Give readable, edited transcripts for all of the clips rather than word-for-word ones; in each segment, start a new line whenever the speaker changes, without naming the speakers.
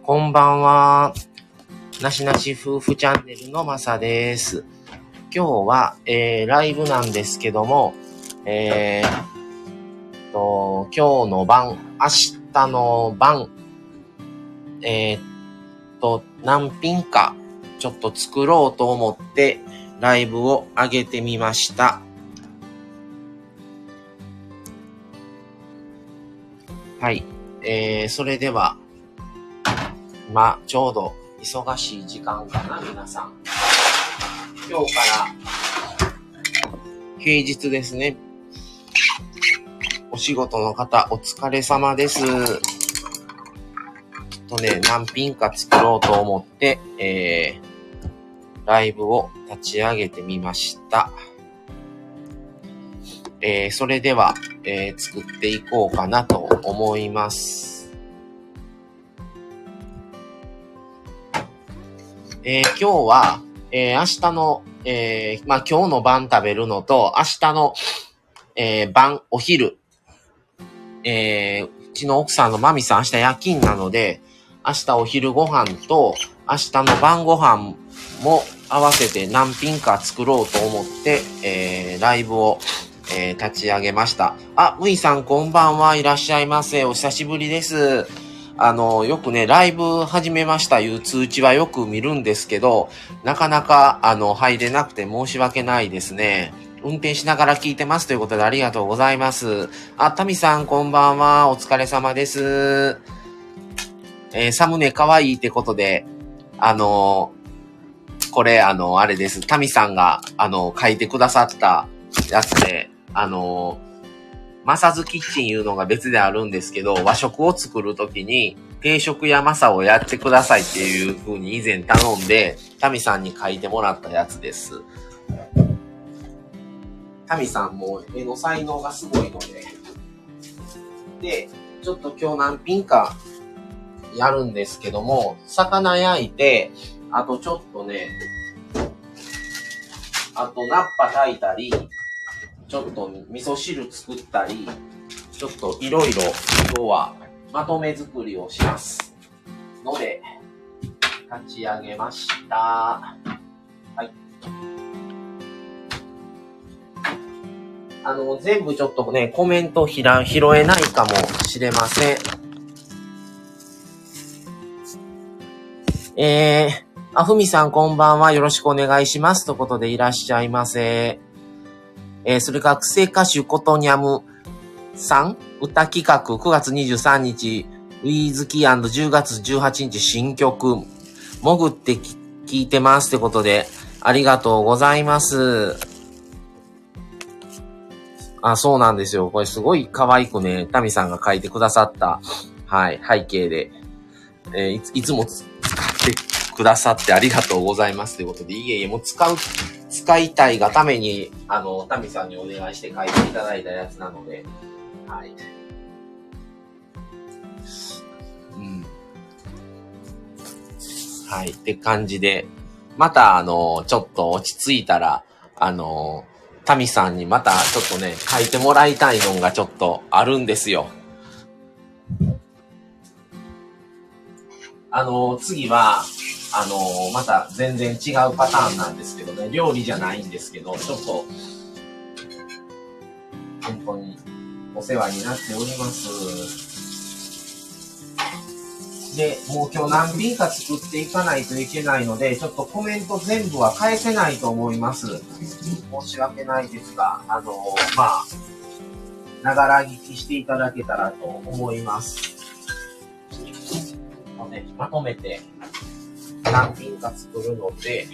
こんばんは。なしなし夫婦チャンネルのまさです。今日は、ライブなんですけども、今日の晩、明日の晩、何品かちょっと作ろうと思ってライブを上げてみました。はい。それでは、ちょうど忙しい時間かな、皆さん。今日から平日ですね。お仕事の方、お疲れ様です。何品か作ろうと思って、ライブを立ち上げてみました。それでは、作っていこうかなと思います。今日は、明日の、今日の晩食べるのと、明日の、晩、お昼、うちの奥さんのマミさん明日夜勤なので、明日お昼ご飯と明日の晩ご飯も合わせて何品か作ろうと思って、ライブを、立ち上げました。むいさんこんばんはいらっしゃいませ。お久しぶりです。よくね、ライブ始めましたいう通知はよく見るんですけど、なかなか、入れなくて申し訳ないですね。運転しながら聞いてますということでありがとうございます。タミさんこんばんは。お疲れ様です。サムネかわいいってことで、これあれです。タミさんが、書いてくださったやつで、マサズキッチンいうのが別であるんですけど、和食を作るときに定食やマサをやってくださいっていう風に以前頼んで、タミさんに書いてもらったやつです。タミさんも絵の才能がすごいので。で、ちょっと今日何品かやるんですけども、魚焼いて、あとちょっとね、あとナッパ炊いたり、ちょっと味噌汁作ったり、ちょっといろいろ今日はまとめ作りをしますので、立ち上げました。はい。全部ちょっとね、コメント拾えないかもしれません。ふみさんこんばんは。よろしくお願いします。ということでいらっしゃいませ。それから、癖歌手ことにゃむさん、歌企画9月23日、ウィーズキー&10月18日新曲、潜って聞いてますってことで、ありがとうございます。そうなんですよ。これすごい可愛くね、タミさんが書いてくださった、はい、背景で、いつも使ってくださってありがとうございますということで、いえ、もう使いたいがために、タミさんにお願いして書いていただいたやつなので、はい。はい。って感じで、また、ちょっと落ち着いたら、タミさんにまたちょっとね、書いてもらいたいのがちょっとあるんですよ。次は、また全然違うパターンなんですけどね、料理じゃないんですけど、ちょっと、本当にお世話になっております。で、もう今日何品か作っていかないといけないので、ちょっとコメント全部は返せないと思います。申し訳ないですが、ながら聞きしていただけたらと思います。まとめて何品か作るので、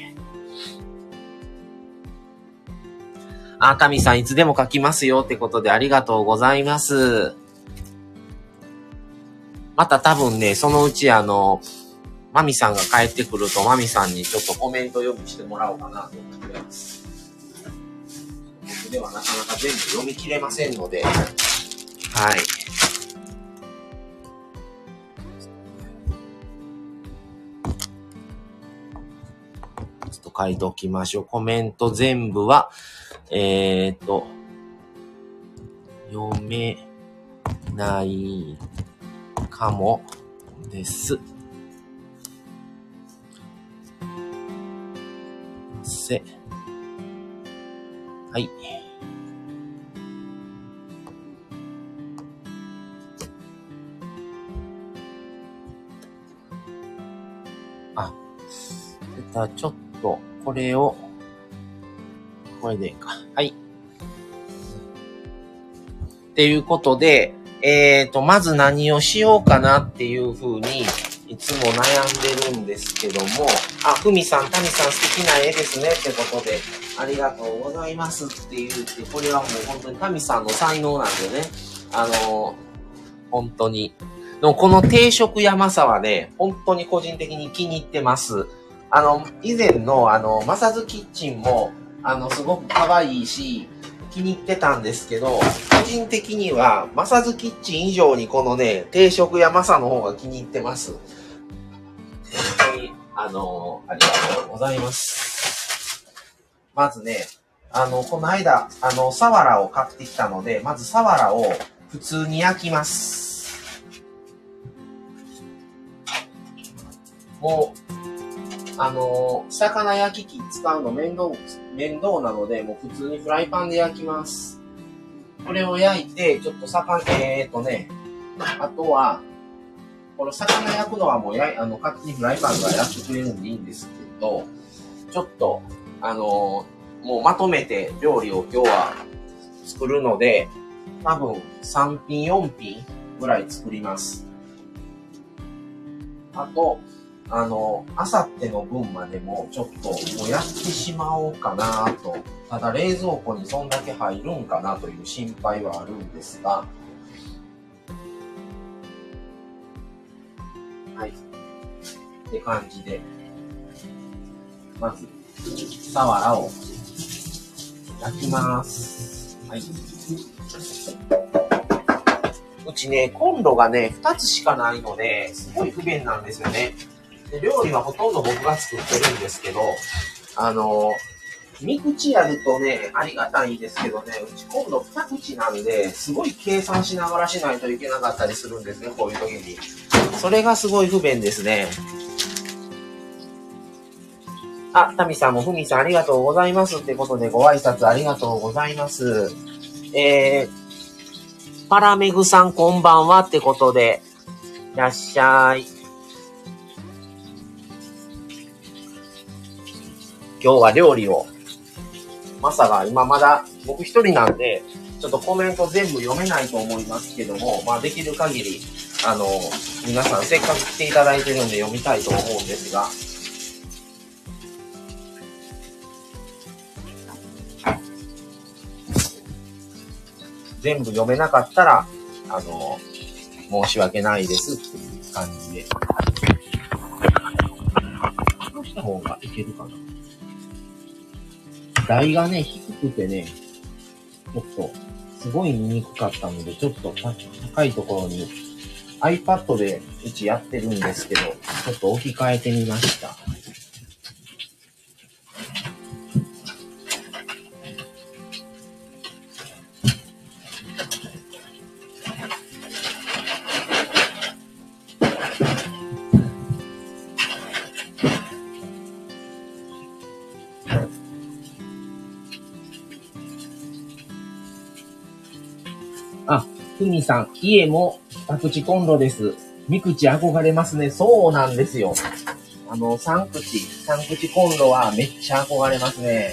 タミさんいつでも書きますよってことでありがとうございます。また多分ね、そのうちマミさんが帰ってくるとマミさんにちょっとコメント読みしてもらおうかなと思ってます。僕ではなかなか全部読み切れませんので、はい。ちょっと書いておきましょう。コメント全部は、読めないかもです。 せ。はい。あ、ちょっと、これを、これでいいか。はい。っていうことで、まず何をしようかなっていうふうに、いつも悩んでるんですけども、ふみさん、たみさん素敵な絵ですねってことで、ありがとうございますって言って、これはもう本当にたみさんの才能なんでね、本当に。のこの定食山さはね、本当に個人的に気に入ってます。以前のマサズキッチンも、すごく可愛いし、気に入ってたんですけど、個人的には、マサズキッチン以上にこのね、定食屋マサの方が気に入ってます。本当に、ありがとうございます。まずね、この間、サワラを買ってきたので、まずサワラを普通に焼きます。もう、魚焼き器使うの面倒なので、もう普通にフライパンで焼きます。これを焼いて、ちょっとあとは、この魚焼くのはもう勝手にフライパンがやってくれるんでいいんですけど、ちょっと、もうまとめて料理を今日は作るので、多分3品4品ぐらい作ります。あと、明後日の分までもちょっともうやってしまおうかなと。ただ冷蔵庫にそんだけ入るんかなという心配はあるんですが。はい。って感じで。まず、サワラを焼きます。はい。うちね、コンロがね、2つしかないので、すごい不便なんですよね。で料理はほとんど僕が作ってるんですけど、3口あるとね、ありがたいんですけどね、うち今度2口なんで、すごい計算しながらしないといけなかったりするんですね、こういう時に。それがすごい不便ですね。タミさんもふみさんありがとうございますってことでご挨拶ありがとうございます。パラメグさんこんばんはってことで、いらっしゃい。今日は料理を、マサが今まだ僕一人なんで、ちょっとコメント全部読めないと思いますけども、まあできる限り、皆さんせっかく来ていただいてるんで読みたいと思うんですが、全部読めなかったら、申し訳ないですっていう感じで。どうした方がいけるかな。台がね、低くてね、ちょっと、すごい見にくかったので、ちょっと高いところに iPad でうちやってるんですけど、ちょっと置き換えてみました。ふみさん、家も2口コンロです。2口憧れますね。そうなんですよ。3口コンロはめっちゃ憧れますね。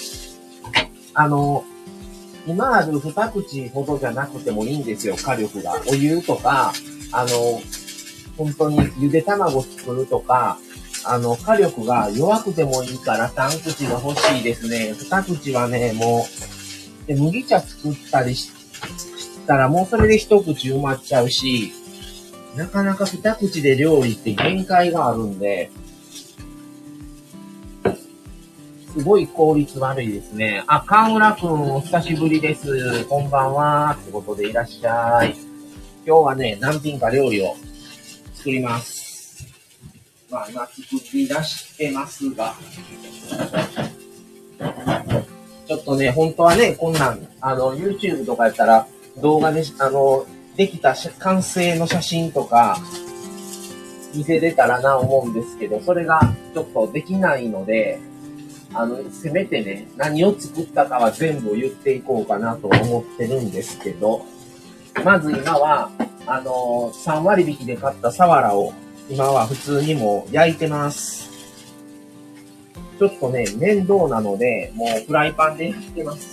今ある2口ほどじゃなくてもいいんですよ、火力が。お湯とか、本当にゆで卵作るとか、火力が弱くてもいいから3口が欲しいですね。2口はね、もう、で麦茶作ったりしたらもうそれで一口埋まっちゃうし、なかなか二口で料理って限界があるんで、すごい効率悪いですね。河村くんお久しぶりです。こんばんは。ってことでいらっしゃい。今日はね、何品か料理を作ります。まあ今作り出してますが、ちょっとね、本当はね、こんなん、YouTube とかやったら、動画で、できた完成の写真とか、見せれたらな思うんですけど、それがちょっとできないので、 せめてね、何を作ったかは全部言っていこうかなと思ってるんですけど、まず今は、3割引きで買ったサワラを、今は普通にもう焼いてます。ちょっとね、面倒なので、もうフライパンで焼いてます。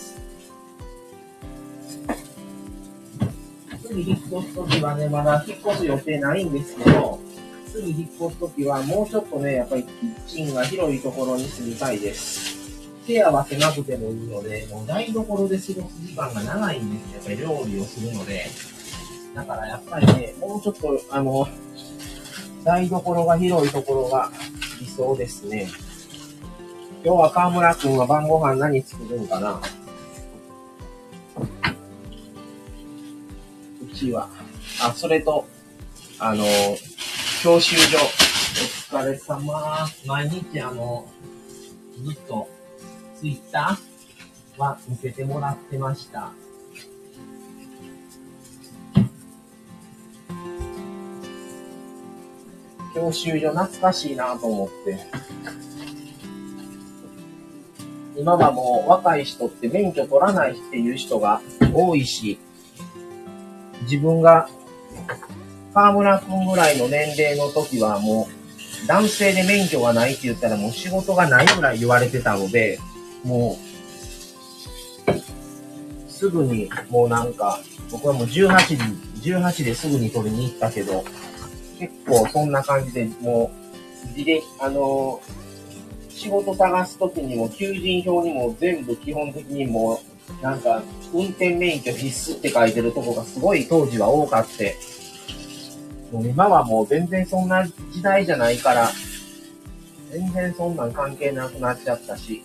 次引っ越すときはね、まだ引っ越す予定ないんですけど、次引っ越すときはもうちょっとね、やっぱりキッチンが広いところに住みたいです。部屋は狭くてもいいので、もう台所で過ごす時間が長いんですよ。やっぱり料理をするので。だからやっぱりね、もうちょっと、台所が広いところが理想ですね。今日は河村くんは晩ご飯何作るんかな？うちは、それと、教習所、お疲れ様。毎日ずっと、ツイッターは見せてもらってました。教習所懐かしいなと思って。今はもう若い人って免許取らないっていう人が多いし、自分が河村くんぐらいの年齢の時はもう男性で免許がないって言ったらもう仕事がないぐらい言われてたので、もうすぐにもうなんか僕はもう18ですぐに取りに行ったけど、結構そんな感じでもう仕事探す時にも求人票にも全部基本的にもうなんか運転免許必須って書いてるとこがすごい当時は多かって、もう今はもう全然そんな時代じゃないから、全然そんなん関係なくなっちゃったし、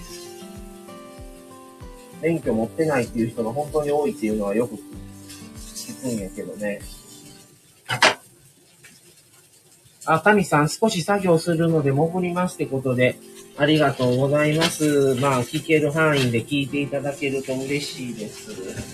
免許持ってないっていう人が本当に多いっていうのはよく聞くんやけどね。タミさん少し作業するので潜りますってことで、ありがとうございます。まあ、聞ける範囲で聞いていただけると嬉しいです。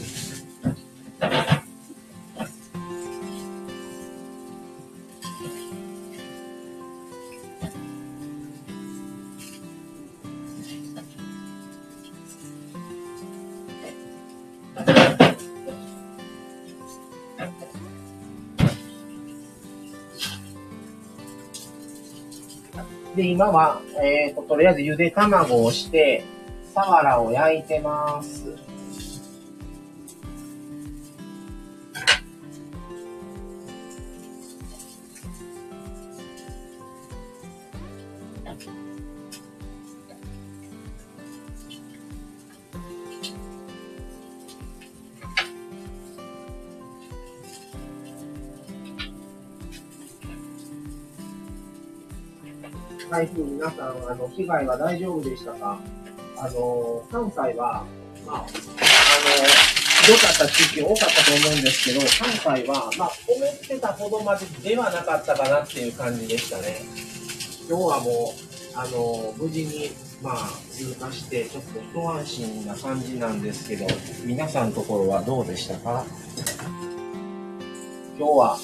で、今は、とりあえずゆで卵をして、サワラを焼いてます。台風皆さん、被害は大丈夫でしたか？関西は、まあ、ひどかった地域多かったと思うんですけど、関西は、まあ、思ってたほどまでではなかったかなっていう感じでしたね。今日はもう、無事に、まあ、通過して、ちょっと一安心な感じなんですけど、皆さんのところはどうでしたか？今日は、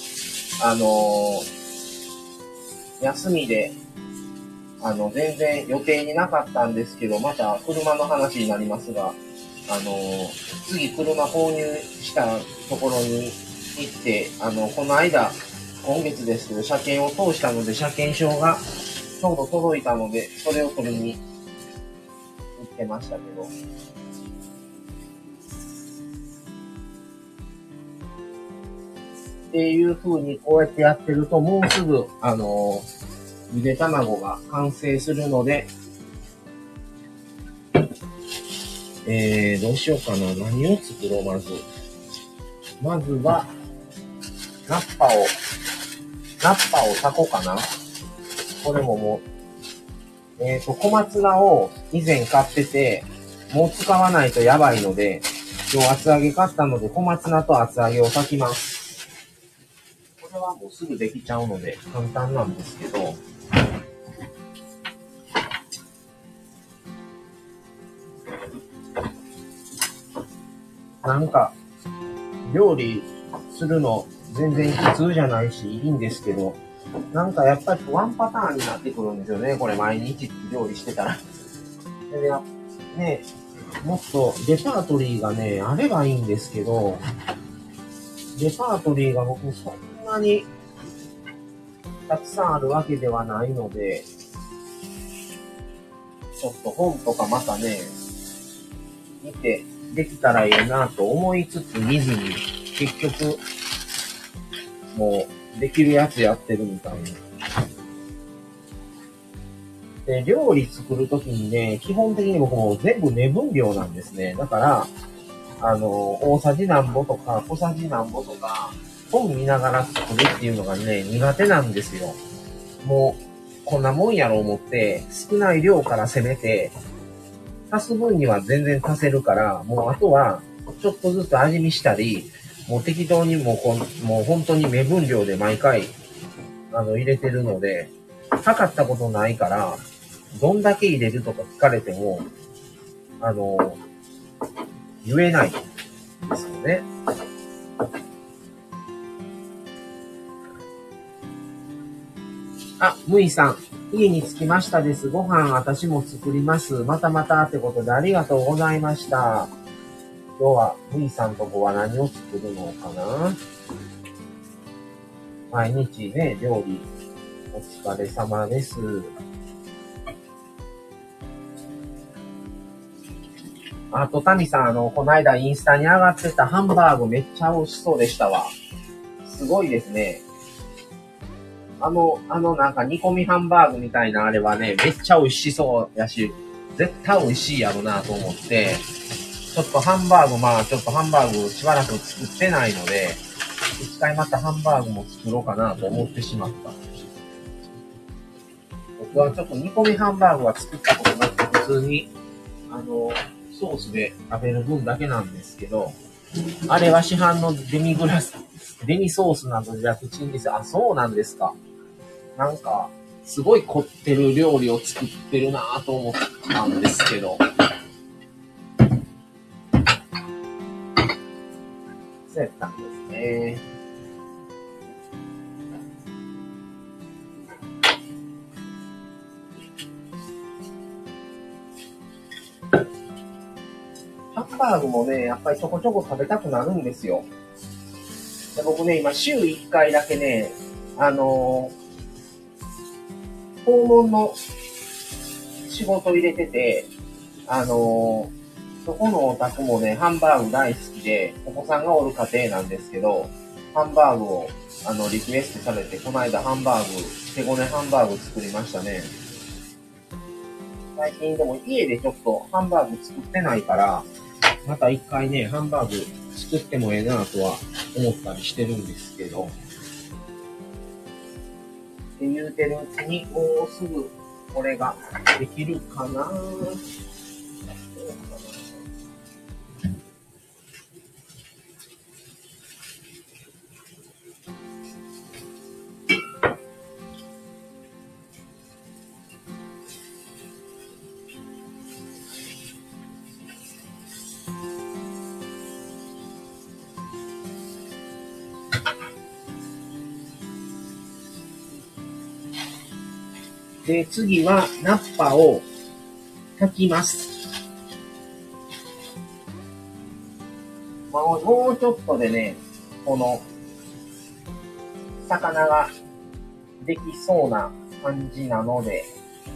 休みで、全然予定になかったんですけど、また車の話になりますが、次車購入したところに行って、この間、今月ですけど、車検を通したので、車検証がちょうど届いたので、それを取りに行ってましたけど。っていう風にこうやってやってると、もうすぐ、ゆで卵が完成するので、どうしようかな。何を作ろう、まず。まずは、ナッパを炊こうかな。これももう、小松菜を以前買ってて、もう使わないとやばいので、今日厚揚げ買ったので、小松菜と厚揚げを炊きます。これはもうすぐできちゃうので、簡単なんですけど、なんか、料理するの全然普通じゃないし、いいんですけど、なんかやっぱりワンパターンになってくるんですよね。これ毎日料理してたら。 でね、もっとレパートリーがね、あればいいんですけど、レパートリーが僕そんなにたくさんあるわけではないので、ちょっと本とかまたね、見てできたらいいなと思いつつ見ずに、結局、もうできるやつやってるみたいな。で、料理作るときにね、基本的に僕も全部目分量なんですね。だから、大さじ何ぼとか、小さじ何ぼとか、本見ながら作るっていうのがね、苦手なんですよ。もう、こんなもんやろ思って、少ない量から攻めて、足す分には全然足せるから、もうあとは、ちょっとずつ味見したり、もう適当にもう本当に目分量で毎回、入れてるので、測ったことないから、どんだけ入れるとか聞かれても、言えないんですよね。あ、むいさん。家に着きましたです。ご飯私も作ります。またまたってことでありがとうございました。今日はむいさんとこは何を作るのかな？毎日ね、料理お疲れ様です。あと、タミさん、この間インスタに上がってたハンバーグめっちゃ美味しそうでしたわ。すごいですね。なんか煮込みハンバーグみたいなあれはね、めっちゃ美味しそうやし、絶対美味しいやろなと思って、ちょっとハンバーグしばらく作ってないので、一回またハンバーグも作ろうかなと思ってしまった。僕はちょっと煮込みハンバーグは作ったことなくて、普通に、ソースで食べる分だけなんですけど、あれは市販のデミソースなどで楽ちんです。あ、そうなんですか。なんか、すごい凝ってる料理を作ってるなぁと思ったんですけど。そうやったんですね。ハンバーグもね、やっぱりちょこちょこ食べたくなるんですよ。で僕ね、今週1回だけね、訪問の仕事入れてて、そこのお宅もね、ハンバーグ大好きで、お子さんがおる家庭なんですけど、ハンバーグを、リクエストされて、この間ハンバーグ、手ごねハンバーグ作りましたね。最近でも家でちょっとハンバーグ作ってないから、また一回ね、ハンバーグ作ってもええなとは思ったりしてるんですけど。って言うてるうちに、もうすぐこれができるかな。で、次はナッパを炊きます。もうちょっとでね、この魚ができそうな感じなので、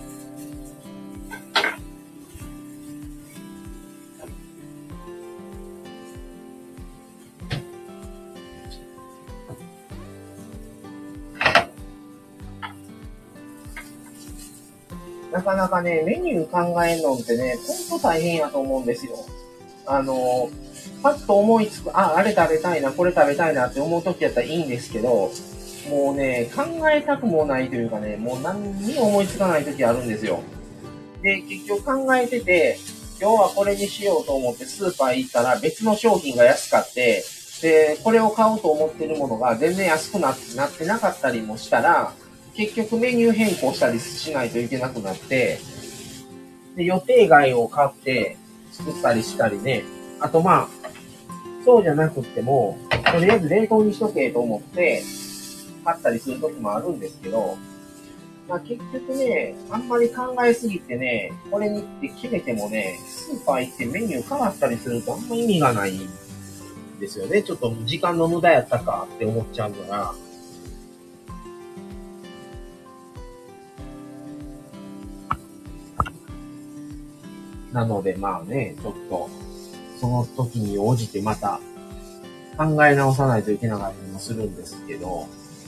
なかなかね、メニュー考えるのってね、ほんと大変やと思うんですよ。パッと思いつく、あれ食べたいな、これ食べたいなって思う時やったらいいんですけど、もうね、考えたくもないというかね、もう何にも思いつかない時あるんですよ。で、結局考えてて、今日はこれにしようと思ってスーパー行ったら別の商品が安かって、で、これを買おうと思ってるものが全然安くなってなかったりもしたら、結局メニュー変更したりしないといけなくなって、で、予定外を買って作ったりしたりね。あとそうじゃなくっても、とりあえず冷凍にしとけと思って買ったりする時もあるんですけど、 まあ、結局ね、あんまり考えすぎてね、これにって決めてもね、スーパー行ってメニュー変わったりするとあんま意味がないんですよね。ちょっと時間の無駄やったかって思っちゃうから。なのでまあね、ちょっと、その時に応じてまた考え直さないといけなかったりもするんですけど、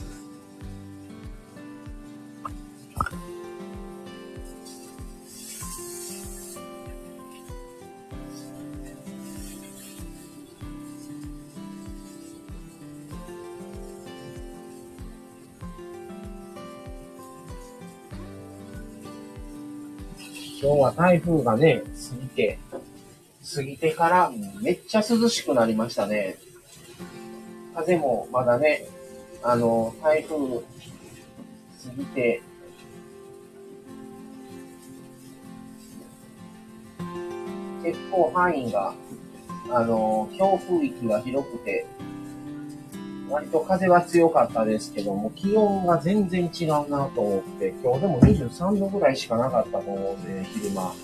今日は台風がね、過ぎてからめっちゃ涼しくなりましたね。風もまだね、台風過ぎて、結構範囲が、強風域が広くて、割と風は強かったですけども、気温が全然違うなと思って、今日でも23度ぐらいしかなかったと思うんで、ね、昼間。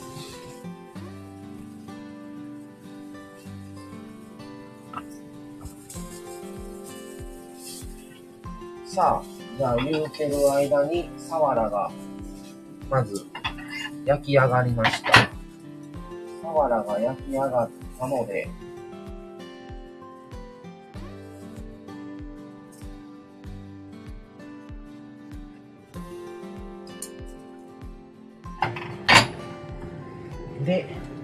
さあ、じゃあ言うてる間に、サワラが、まず、焼き上がりました。サワラが焼き上がったので、で、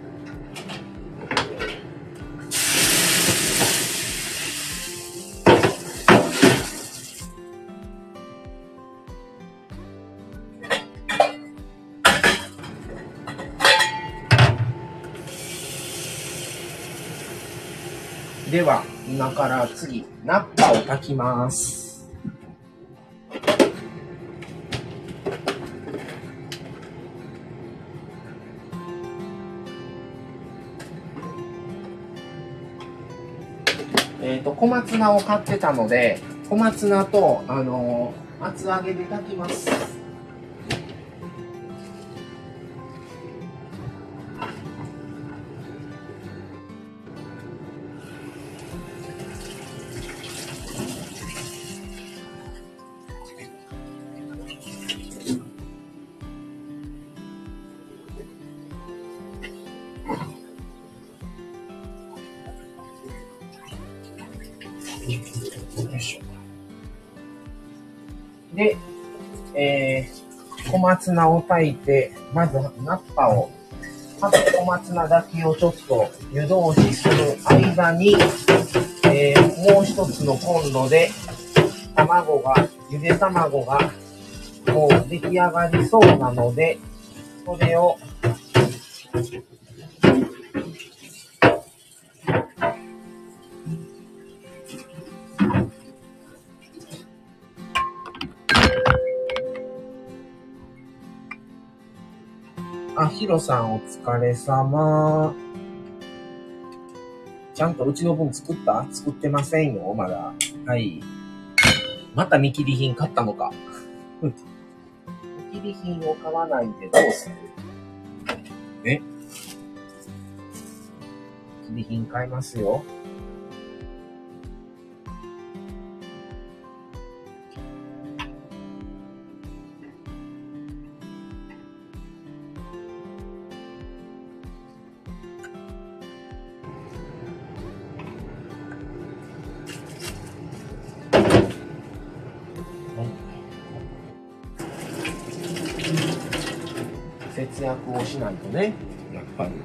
では、今から次、ナッパを炊きます。小松菜を買ってたので、小松菜と、厚揚げで炊きます。で、小松菜を炊いて、まずナッパを、まず小松菜だけをちょっと湯通しする間に、もう一つのコンロで、ゆで卵がもう出来上がりそうなので、それを、ヒロさんお疲れ様。ちゃんとうちの分作ってませんよ、まだ。はい。また見切り品買ったのか。見切り品を買わないでどうする？見切り品買いますよ。節約をしないとね、やっぱり、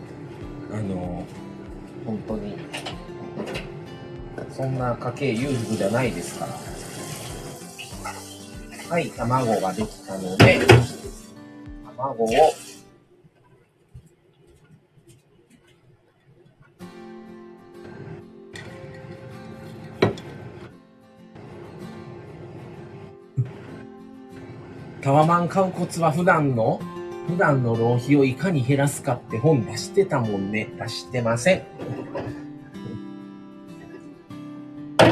本当に、そんな家計裕福じゃないですから。はい、卵ができたので、卵を、タワマン買うコツは普段の浪費をいかに減らすかって本出してたもんね。出してません。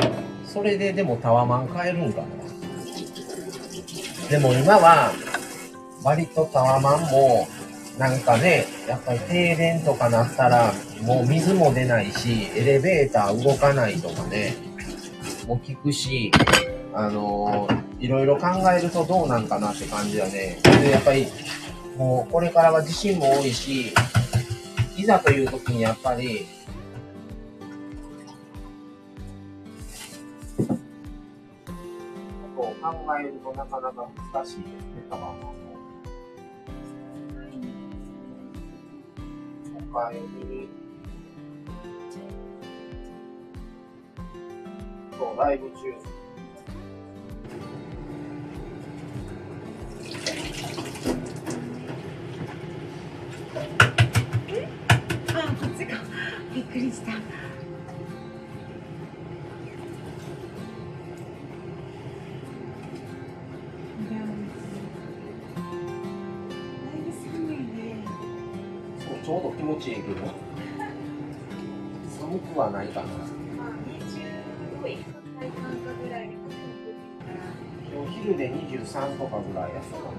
それででもタワマン買えるんかな。でも今は割とタワマンも、なんかね、やっぱり停電とかなったら、もう水も出ないし、エレベーター動かないとかね、も聞くし、いろいろ考えるとどうなんかなって感じだね。で、やっぱり、もうこれからは地震も多いし、いざという時にやっぱり、ことを考えるとなかなか難しいですね、タワマンも。おかえり。そう、ライブ中。
あ、こっちか。びっくりした。だいぶ寒いね。
そう、ちょうど気持ちいいけど、寒くはないかな。
まあ、20度以下体感かぐらいになってきたら。
今日昼で23とかぐらいやったかな。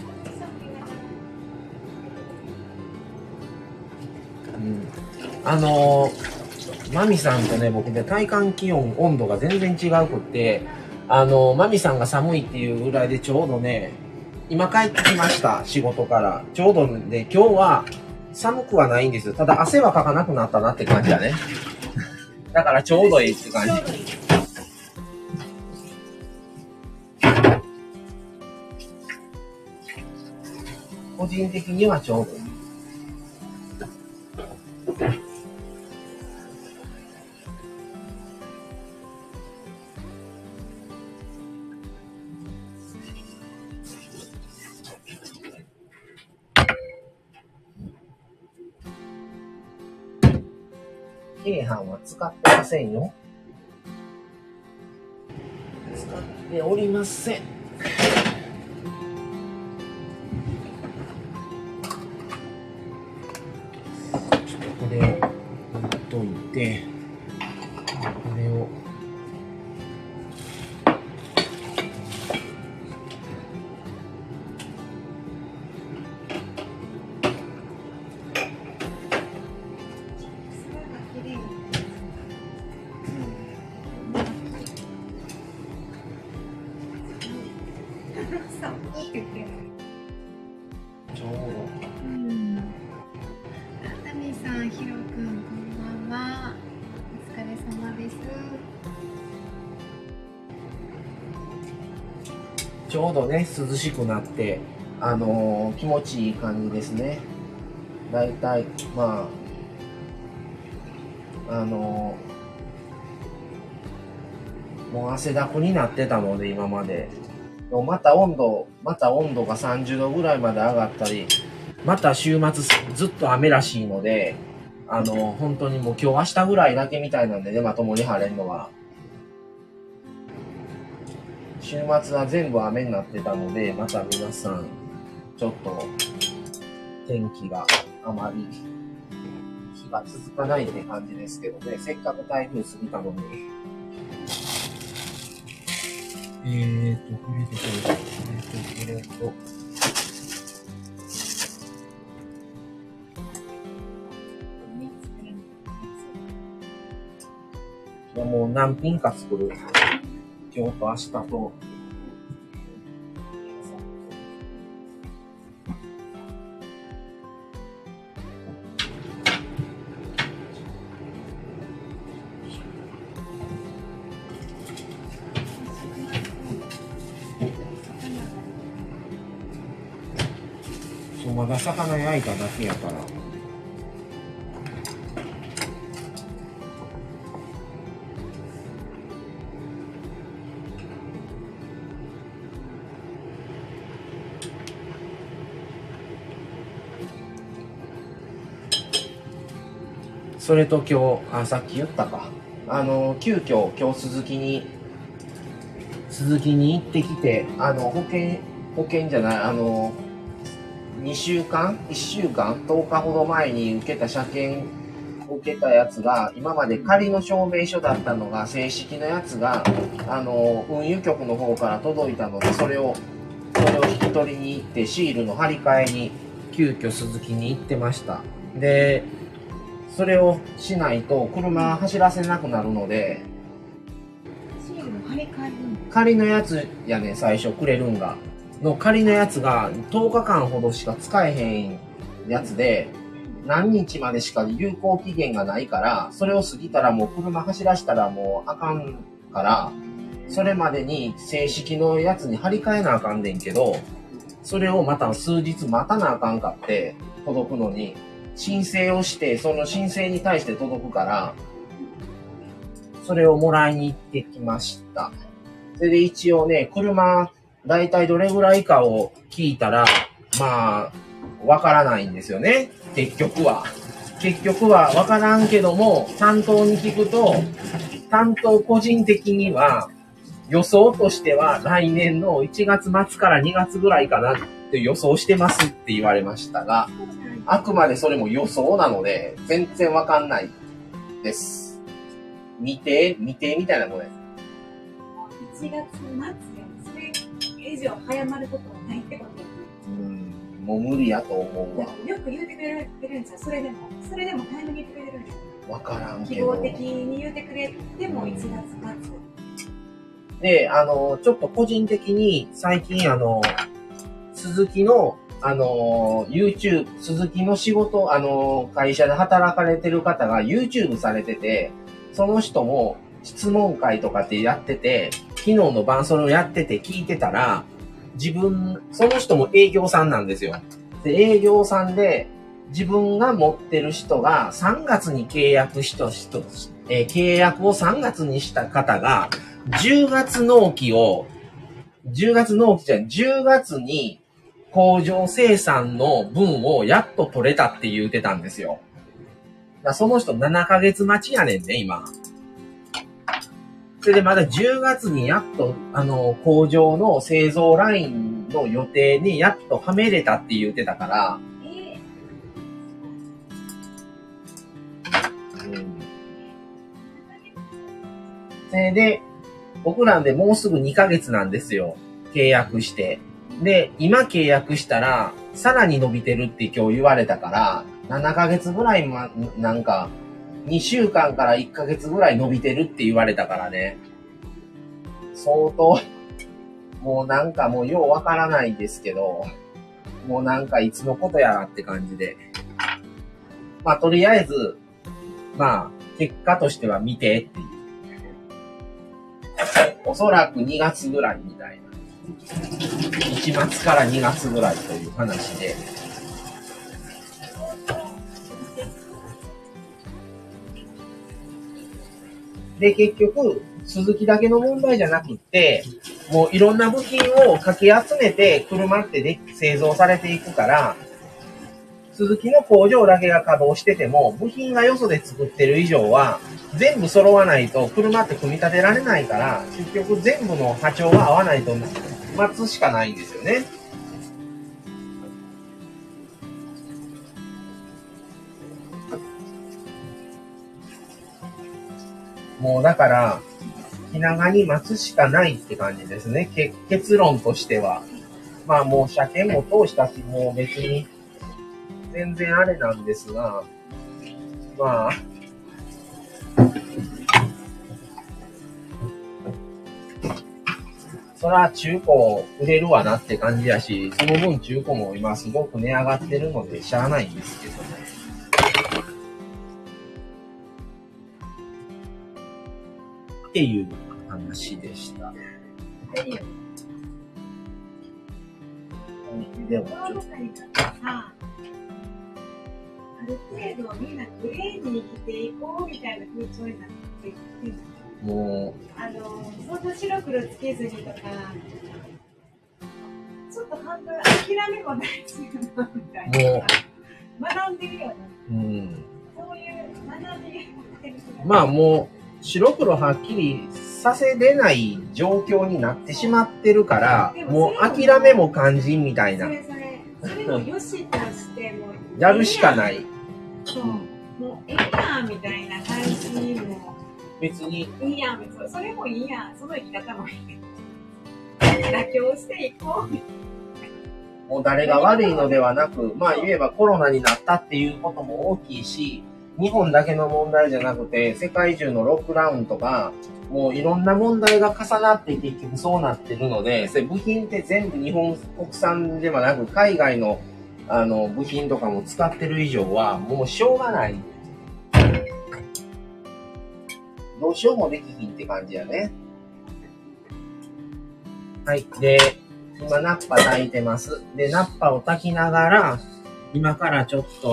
マミさんとね、僕で体感気温、温度が全然違うくって、マミさんが寒いっていうぐらいでちょうどね、今帰ってきました、仕事から。ちょうどね、今日は寒くはないんですよ。ただ汗はかかなくなったなって感じだね。だからちょうどいいって感じ。個人的にはちょうどいい。京阪は使ってませんよ。使っておりません。ちょっとこれを置いといて、これをちょうど。
タミさん、ヒロくん、こんばんは。お疲れ様です。
ちょうどね、涼しくなって、気持ちいい感じですね。だいたい、まあ、もう汗だくになってたので、今まで。また温度が30度ぐらいまで上がったり、また週末ずっと雨らしいので、本当にもう今日明日ぐらいだけみたいなんでね、まともに晴れんのは。週末は全部雨になってたので、また皆さん、ちょっと、天気があまり、日が続かないって感じですけどね、せっかく台風過ぎたのに。これと、いやもう何品か作る。今日と明日と。そう、まだ魚焼いただけやから。それと今日、さっき言ったか。急遽今日鈴木に行ってきて、保険じゃない、1週間、10日ほど前に受けた車検を受けたやつが、今まで仮の証明書だったのが、正式のやつが、運輸局の方から届いたので、それを取りに行ってシールの貼り替えに急遽鈴木に行ってました。で、それをしないと車走らせなくなるので、
シールの貼り替えるの？
仮のやつやね、最初くれるんが。の仮のやつが10日間ほどしか使えへんやつで、何日までしか有効期限がないから、それを過ぎたらもう車走らしたらもうあかんから、それまでに正式のやつに張り替えなあかんねんけど、それをまた数日待たなあかんかって、届くのに、申請をして、その申請に対して届くから、それをもらいに行ってきました。それで一応ね、車、だいたいどれぐらいかを聞いたら、まあ、わからないんですよね。結局はわからんけども、担当に聞くと、担当個人的には、予想としては来年の1月末から2月ぐらいかなって予想してますって言われましたが、あくまでそれも予想なので、全然わかんないです。未定みたいなものです。
1月末やそれ以上早まることはないってことです。
もう無理やと思うわ。
よく言うてくれるんですよ。それでも早めに言ってくれてるんですよ。
わからんけど。
希望的に言ってくれても1月末。
で、ちょっと個人的に最近鈴木のYouTube、鈴木の仕事、会社で働かれてる方が YouTube されてて、その人も質問会とかってやってて、昨日の晩それをやってて聞いてたら、その人も営業さんなんですよ。で、営業さんで、自分が持ってる人が3月に契約を3月にした方が、10月に工場生産の分をやっと取れたって言うてたんですよ。だその人7ヶ月待ちやねんね、今。それでまだ10月にやっと、工場の製造ラインの予定にやっとはめれたって言うてたから、それで、僕なんでもうすぐ2ヶ月なんですよ。契約して。で、今契約したら、さらに伸びてるって今日言われたから、7ヶ月ぐらいなんか、2週間から1ヶ月ぐらい伸びてるって言われたからね。相当、もうようわからないですけど、もうなんかいつのことやらって感じで。まあとりあえず、まあ結果としては見てっていう。おそらく2月ぐらいみたいな。1月から2月ぐらいという話で。で、結局、鈴木だけの問題じゃなくって、もういろんな部品をかき集めて車って製造されていくから、鈴木の工場だけが稼働してても、部品がよそで作ってる以上は、全部揃わないと車って組み立てられないから、結局全部の波長が合わないと待つしかないんですよね。もうだから、気長に待つしかないって感じですね。結論としては。まあもう車検も通したし、もう別に全然あれなんですが、まあ、そら中古売れるわなって感じやし、その分中古も今すごく値上がってるのでしゃあないんですけどね。っていう話でした。でもちょっと
ある程度みんなグレーに生きていこうみたいな風潮になっていって
も
うそんな白黒つけずにとかちょっと半分諦めも大事だなみたいな学んでるよね。そういう学びがってる。
まあもう白黒はっきりさせれない状況になってしまってるから、もう諦めも肝心みたいな。
それもよしとしても
やるしかない。
そう、もうええやんみたいな感じも
別に
いいやん、それもいいやん、その生き方もいい。妥協していこうみたい
もう誰が悪いのではなく、まあ言えばコロナになったっていうことも大きいし、日本だけの問題じゃなくて、世界中のロックダウンとか、もういろんな問題が重なって結局そうなってるので、部品って全部日本国産ではなく、海外の部品とかも使ってる以上は、もうしょうがない。どうしようもできひんって感じやね。はい。で、今ナッパ炊いてます。で、ナッパを炊きながら、今からちょっと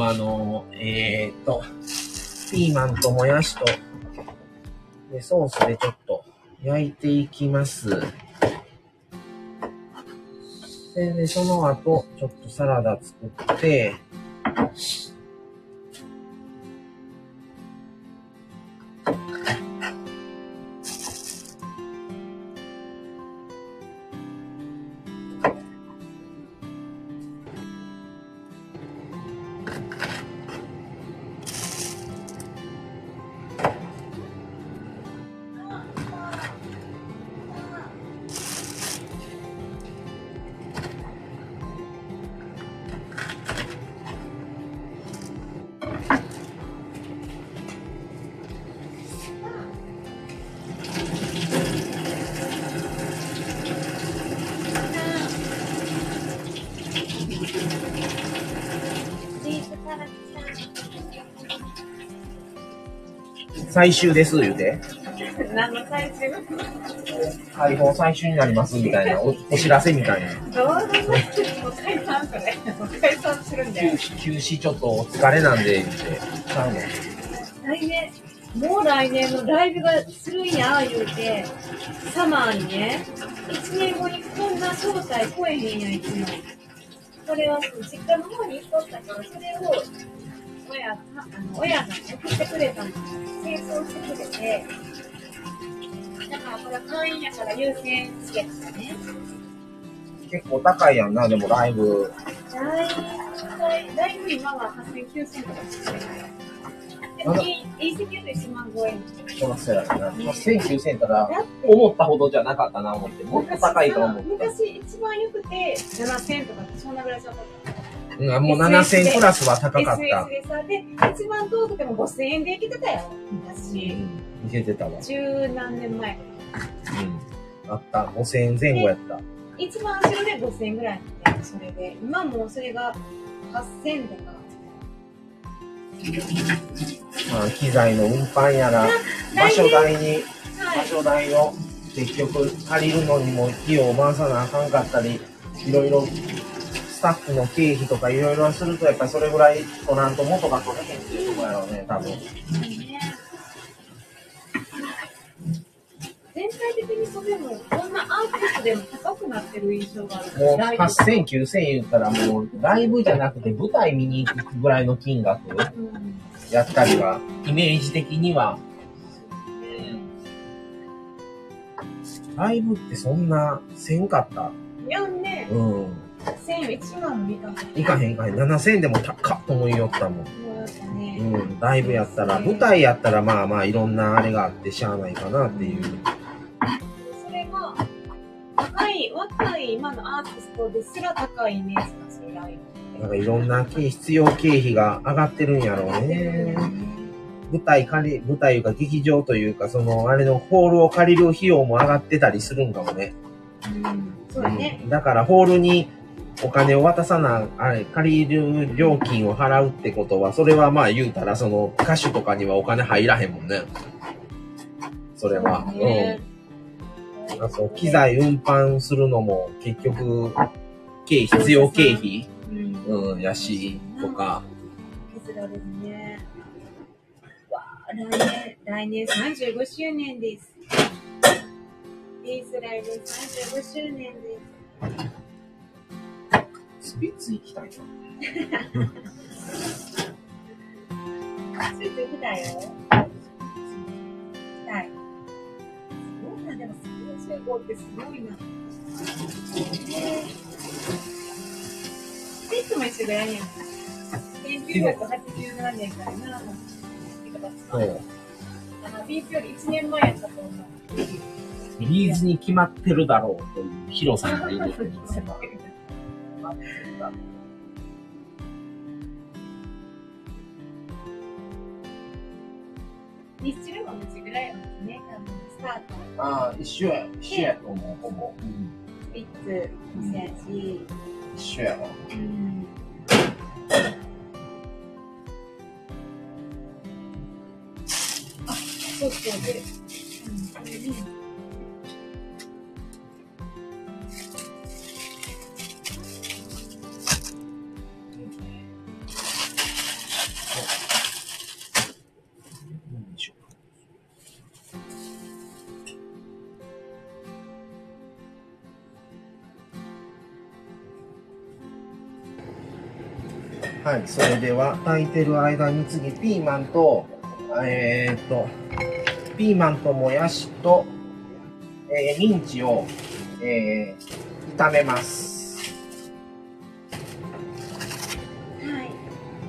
ピーマンともやしと、で、ソースでちょっと焼いていきます。で、その後、ちょっとサラダ作って、最終です言うて。
何の最終？
開放最終になりますみたいな お知らせみたいな。
どうぞ。お解散それ。お解散するんだよ。
休止ちょっとお疲れなんで言って。ちゃうの。
来年、もう来年のライブがするんや言うて、サマーにね、1年後にこんな招待来えへんやいつも。それは実家の方に行っとったから、それを親が送ってくれたの。清掃してくれて、だからこれ会員やから優先チケットだね。
結構高いやんな、でもライブ。
ライブ今は8900円とかしてる。でもいい席で1万5円。
そうやな。8900円たら、思ったほどじゃなかったな、思って。もっと高いと思って。
昔一番良くて7000円とかそんなぐらいじゃなかった。
もう7000円プラスは高かった。
SS でさ、で、一番遠くても5000円で行けてたよ。昔。
行けてたわ。
十何年前。
あった。5000円前後やった。
一番後ろで5000円ぐらいだったよ、それで。今もうそれが8000円とか。
まあ、機材の運搬やら、場所代を結局借りるのにも費用を回さなあかんかったり、いろいろスタッフの経費とかいろいろすると、やっぱりそれぐらい取らんと元が取れへんっていうところやろうね、多分。
全体的にそれも、こんなアーティストでも高くなってる印象がある。
もう8000、9000言ったらもうライブじゃなくて舞台見に行くぐらいの金額やったりは、イメージ的には。ライブってそんなせんかった？
いやんね。1万もいかへん。
いかへん。7000円でも高っと思いよったもん。ライブやったら、舞台やったらまあまあいろんなあれがあってしゃあないかなっていう。
それが、若い今のアーティストですら高いイメージがするライブ。
なんかいろんな必要経費が上がってるんやろうね。舞台いうか劇場というか、そのあれのホールを借りる費用も上がってたりするんかもね。
そうだね。
だからホールにお金を渡さな、借りる料金を払うってことは、それはまあ言うたら、その歌手とかにはお金入らへんもんね。それは。そう機材運搬するのも結局、必要経費、やし、とか。
削られるね。わあ、来年35周年です。イスラエル35周年です。
スピッツ行きたいな。
スピッツ行きたいよ。行きたい。そうなんでも35ってすごいな。スピッツも一緒ぐらいやん。1987年からな。そう。ビーズより1年前やったと思う。ビ
ーズに決まってるだろうというヒロさんがいる。
ミスチルも同じぐらいなんですね、多分スタート。
ああ、一緒やと思う、ほぼ。
スピッツもそうやし。
一緒やわ。
あ、そうそうで、これね。
はい、それでは炊いてる間に次ピーマンと、ピーマンともやしと、ミンチを、炒めます。
はい。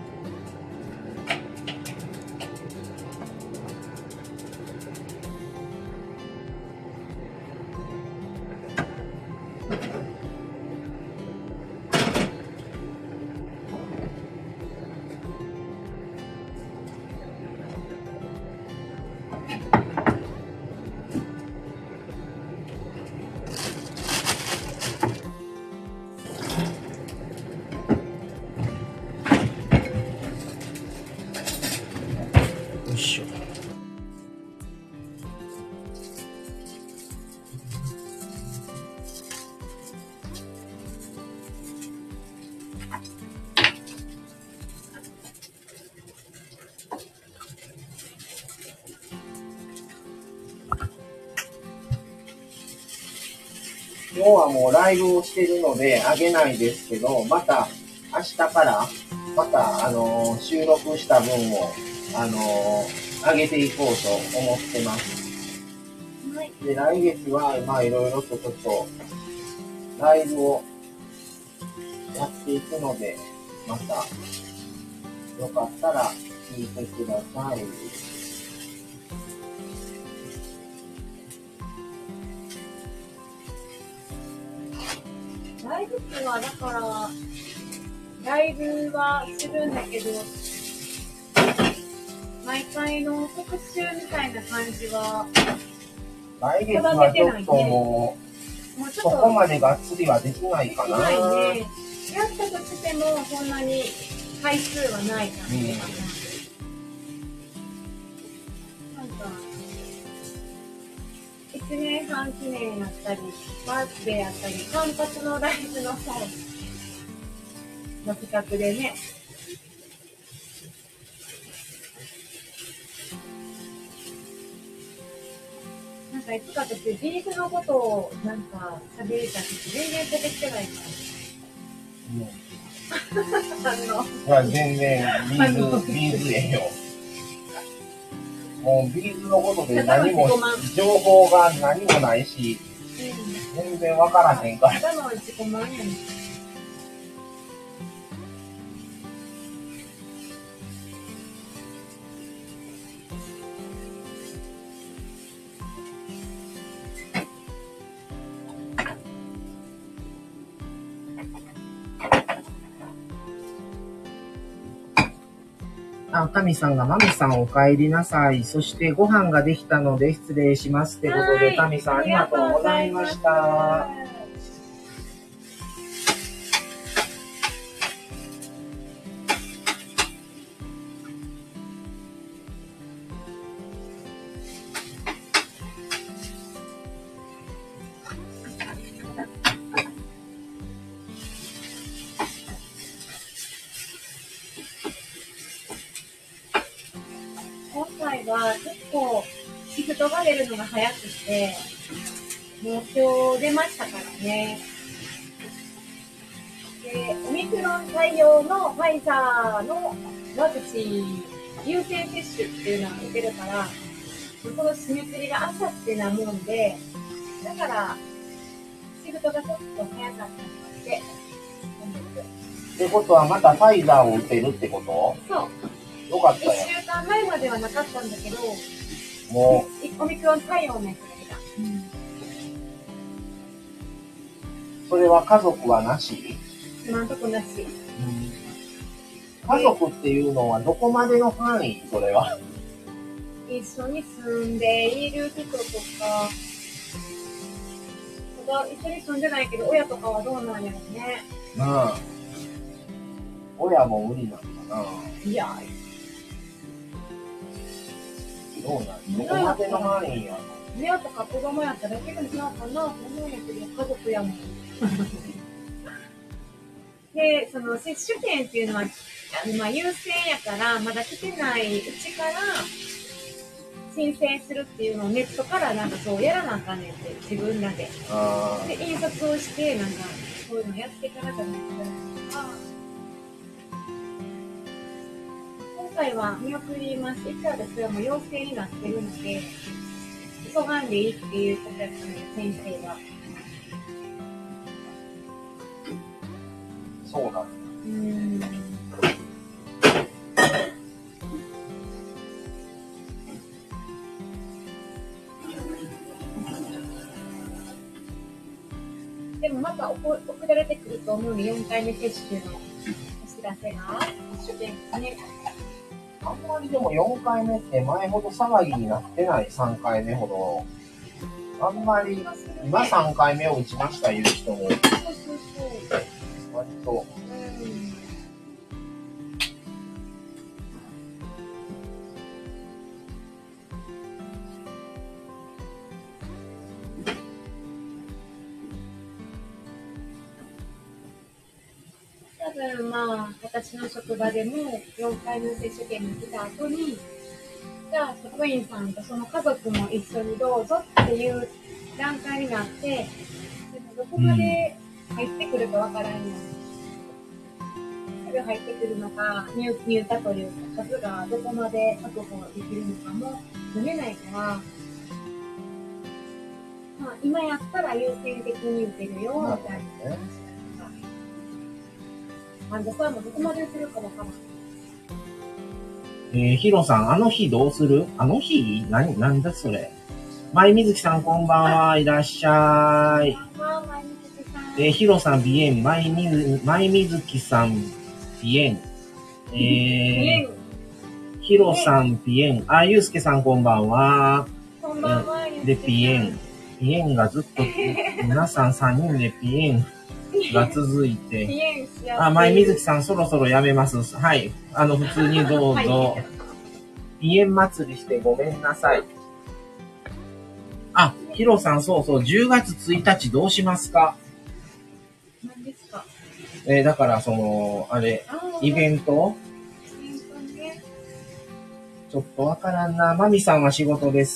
よいしょ。今日はもうライブをしてるのであげないですけど、また明日からまた収録した分を上げていこうと思ってます。
はい。
で、来月はまあいろいろとちょっとライブをやっていくので、またよかったら聞いてください。
ライブっていうのは、だから、ライブはするんだけど、毎回の特集みたいな感じは、
来月はちょっともう、そこまでがっつりはできないかな。
ないね。やったとしても、そんなに回数はない感じかな。なんか、1年半記念やったり、バースデーやったり、単発のライブの方の企画でね、なんかいつか私、ビーフのことをなんか喋りたくて、全然出てきてないから。
いや、全然、ビーズええよ。もう、ビーズのことで何も、情報が何もないし、全然わからへんから。
ただの自己満やねん。
タミさんが、マミさんお帰りなさい。そしてご飯ができたので失礼しますってことで、タミさんありがとうございました。
今回は結構シフトが出るのが早くて、もう今日出ましたからね。で、オミクロン対応のファイザーのワクチン優先接種っていうのが出てるから、その締め切りが朝ってなもんで、だからシフトがちょっと早かったので、
ってことはまたファイザーを打てるってこと？
そう。
よかったよ。
1週間前まではなかったんだけど、
も
う、オミクロン対応のやつが出た。
それは家族はなし？
今んとこなし。
家族っていうのはどこまでの範囲？それは。
一緒に住んでいる人とか、ただ一緒に住んでないけど、親とかはどうなんやろね。
親も無理なのかな。
いや、
どうなん？どこまでの範囲やの？
親とか子供やったらできるんちゃうかなと思うんやけど、家族やもん。で、その接種券っていうのは、まあ、優先やから、まだ来てないうちから申請するっていうのをネットからなんかそうやらなあかんねんって、自分らで。で、印刷をして、なんか、そういうのやってからじゃないとか。今回は見送りまして、一応私はもう陽性になってるので、急がんでいいっていうことやったのよ、先生が。
そうなんだ。
でもまた送られてくると思うの、4回目接種のお知らせが、接種券がね。
あんまりでも4回目って前ほど騒ぎになってない、3回目ほど。あんまり、今3回目を打ちましたいう人も、割と。
多分まあ、私の職場でも4回目接種券が来た後に、じゃあ職員さんとその家族も一緒にどうぞっていう段階になって、でもどこまで入ってくるかわからんよ。すぐ入ってくるのか、入荷というか、数がどこまで確保できるのかも読めないから、まあ、今やったら優先的に打てるよ、みたいな話だとか。患者さんもどこまで打てるかわからん。
ヒロさん、あの日どうする？あの日？なんだそれ。舞みずきさんこんばんは、いらっしゃい。ヒロさん、ビエン、舞みずきさん、ビエン。ヒロさん、ビエン。ゆうすけさんこんばんは。
こんばんは。
で、ピエン。ピエンがずっと、皆さん3人でピエンが続いて。舞みずきさんそろそろやめます。はい。普通にどうぞ。ピエン祭りしてごめんなさい。ヒロさん、そうそう、10月1日どうしますか？
何ですか？
だから、イベントちょっとわからんな。マミさんは仕事です。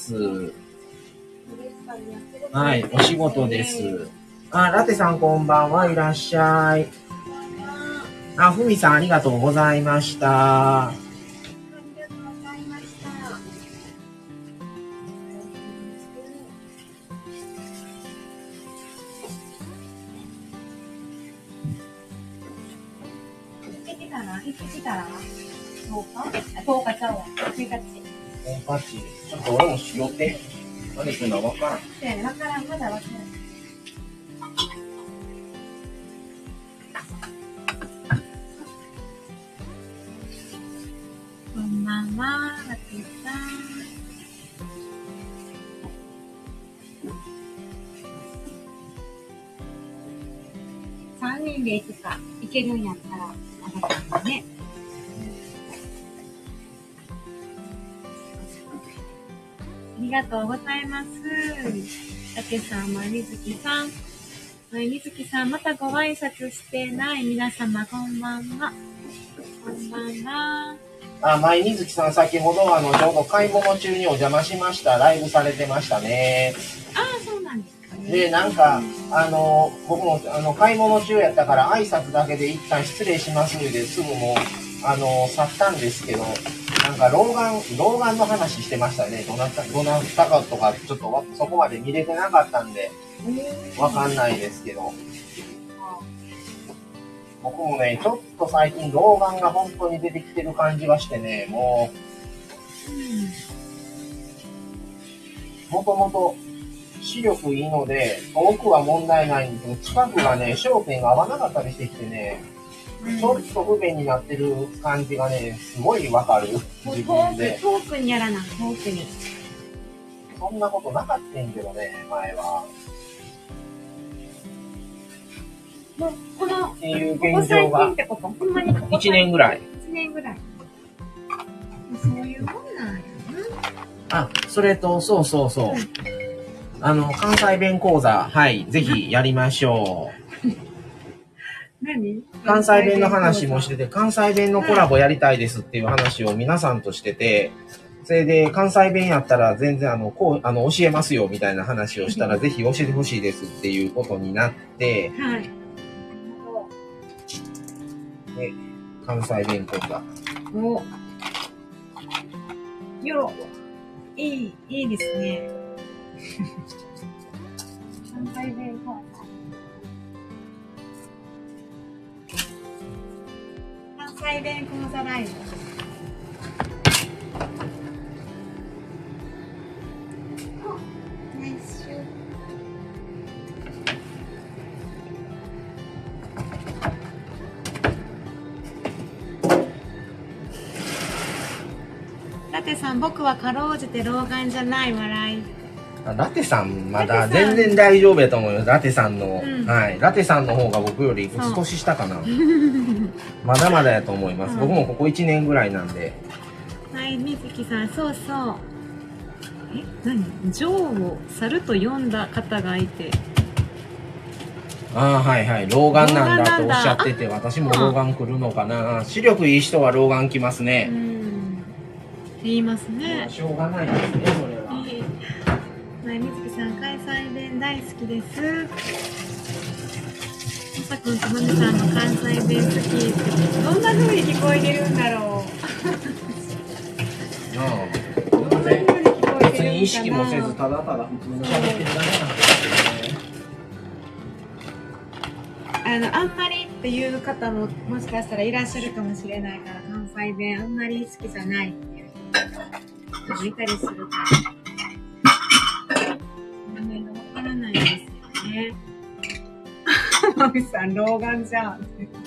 はい、お仕事です。ラテさんこんばんはいらっしゃい。ふみさんありがとうございました。
10日ちゃうわ。1日。
ちょっと俺もしよって。何するのわからん。
わからん、まだわからん。こんばんは、ラテさん。3人で行くか、行けるんやったら、あがたんだね。ありがとうございます。たけさん、まみずきさん。まみずきさん、またご挨拶してない皆様、こんばんは。こんばんは。
まみずきさん、先ほどちょうど買い物中にお邪魔しました。ライブされてましたね。
そうなんですかね。
で、なんか、僕も、買い物中やったから挨拶だけで一旦失礼しますので、すぐもう、去ったんですけど、なんか老眼の話してましたね。どなたかとか、ちょっとそこまで見れてなかったんで、わかんないですけど。僕もね、ちょっと最近老眼が本当に出てきてる感じがしてね、もともと視力いいので、遠くは問題ないんですけど、近くがね、焦点が合わなかったりしてきてね、ちょっと不便になってる感じがね、すごいわかる。自分で。
遠くにやらな、遠くに。
そんなことなかったんけどね、前は。
もう、この、
っていう
ここ
現状が
最近ってことほんまにここ
1年ぐらい。
1年ぐらい。そういうもんなんやな。
あ、それと、そうそうそう。関西弁講座、はい、ぜひやりましょう。
何？
関西弁の話もしてて、関西弁のコラボやりたいですっていう話を皆さんとしてて、それで関西弁やったら全然教えますよみたいな話をしたら、ぜひ教えてほしいですっていうことになって、
はい。
で、関西弁講座。
いいですね。関西弁講座。関西弁講座ライブ。ナイスシュー。ラテさん、僕はかろうじて老眼じゃない笑い。
ラテさん、まだ全然大丈夫やと思うよ。ラテさんの、はい。ラテさんの方が僕より少し下かな。まだまだやと思います。僕もここ1年ぐらいなんで。
はい、みずきさん、そうそう。何？ジョーを猿と呼んだ方がいて。
ああ、はいはい。老眼なんだとおっしゃってて、私も老眼来るのかな。視力いい人は老眼来ますね。
言いますね。
しょうがないですね、それは。
はい、みずきさん、関西弁大好きです。まさくんとまみさんの関西弁好きって、どんな風に聞こえてるんだろう。どんな風に聞こえてるんだろう。
別に意識もせず、ただただ普通に喋ってるだけなんですよね。
あんまりっていう方ももしかしたらいらっしゃるかもしれないから、関西弁あんまり好きじゃないっていう人もいたりするから、その辺がわからないですよね。マミさん、老眼じゃん。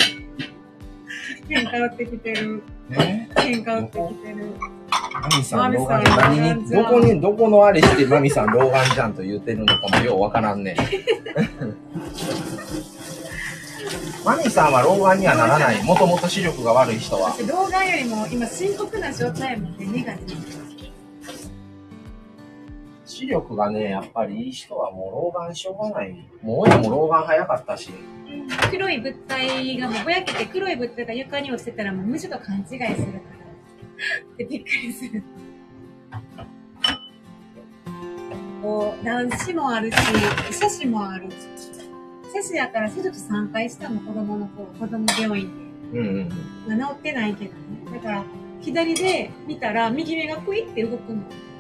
喧嘩売ってきてる。喧嘩売ってきてる。
マミさん、老眼じゃん。何に、どこのあれしてマミさん、老眼じゃんと言ってるのかもようわからんね。マミさんは老眼にはならない。もともと視力が悪い人は。
老眼よりも今深刻な状態もね、ネガティブ。
視力がね、やっぱりいい人はもう老眼しょうがない。もう親も老眼早かったし。
黒い物体がもうぼやけて、黒い物体が床に落ちてたらもう無視と勘違いするから。で、びっくりする。こう、乱視もあるし、斜視もある。斜視やから手術3回したの、子供の頃、子供病院で。治ってないけどね。だから、左で見たら右目がクイって動くの。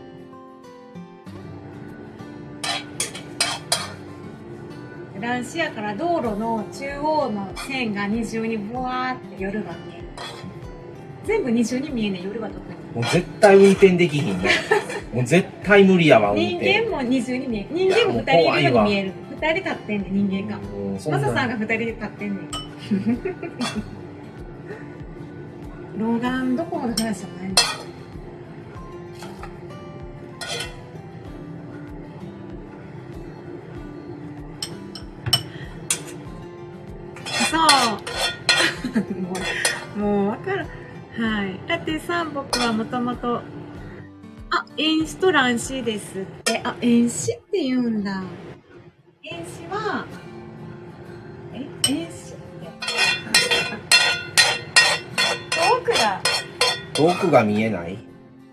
乱視やから道路の中央の線が二重にブワーって夜が見える。全部二重に見えねえ、夜は特に。
もう絶対運転できひんね。もう絶対無理やわ、運転。
人間も二重に見える。人間も二人いるように見える。二人立ってんねん、人間が。マサさんが二人で立ってんねん。老眼どころの話じゃないんだ。そうもう分かる。はい。だってさん、僕はもともと遠視と乱視ですって。遠視って言うんだ。遠視は遠視って
遠くが見えない。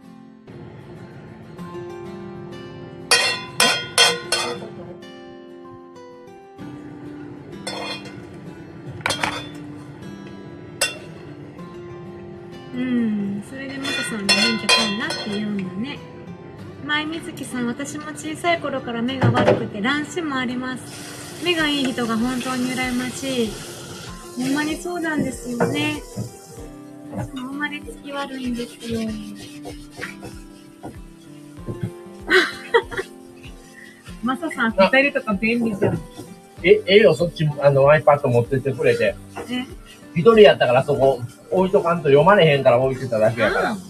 それでマサさんの免許取んなって言うんだね。前水木さん、私も小さい頃から目が悪くて乱視もあります。目がいい人が本当に羨ましい。ほんまにそうなんですよね。生まれつき悪いんですよ。マサささん、二人とか便利じゃん。
ええよ、そっち、iPad 持ってってくれて。一人やったからそこ置いとかんと読まれへんから置いてただけやから。
うん。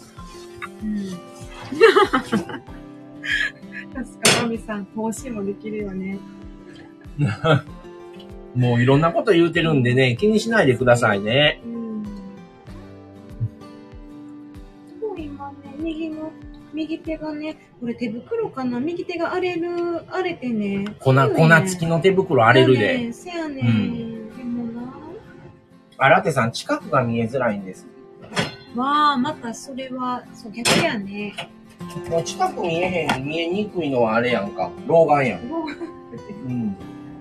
確か、マミさん、投資もできるよね。
もういろんなこと言うてるんでね、気にしないでくださいね。
そう、今ね、右手がね、これ手袋かな、右手が荒れてね。
粉付きの手袋荒れるで。
せやねん。でもな。
ラテさん、近くが見えづらいんです。
わあ、またそれは、そう、逆やね。
もう近く見えにくいのはあれやんか。老眼やん。うん。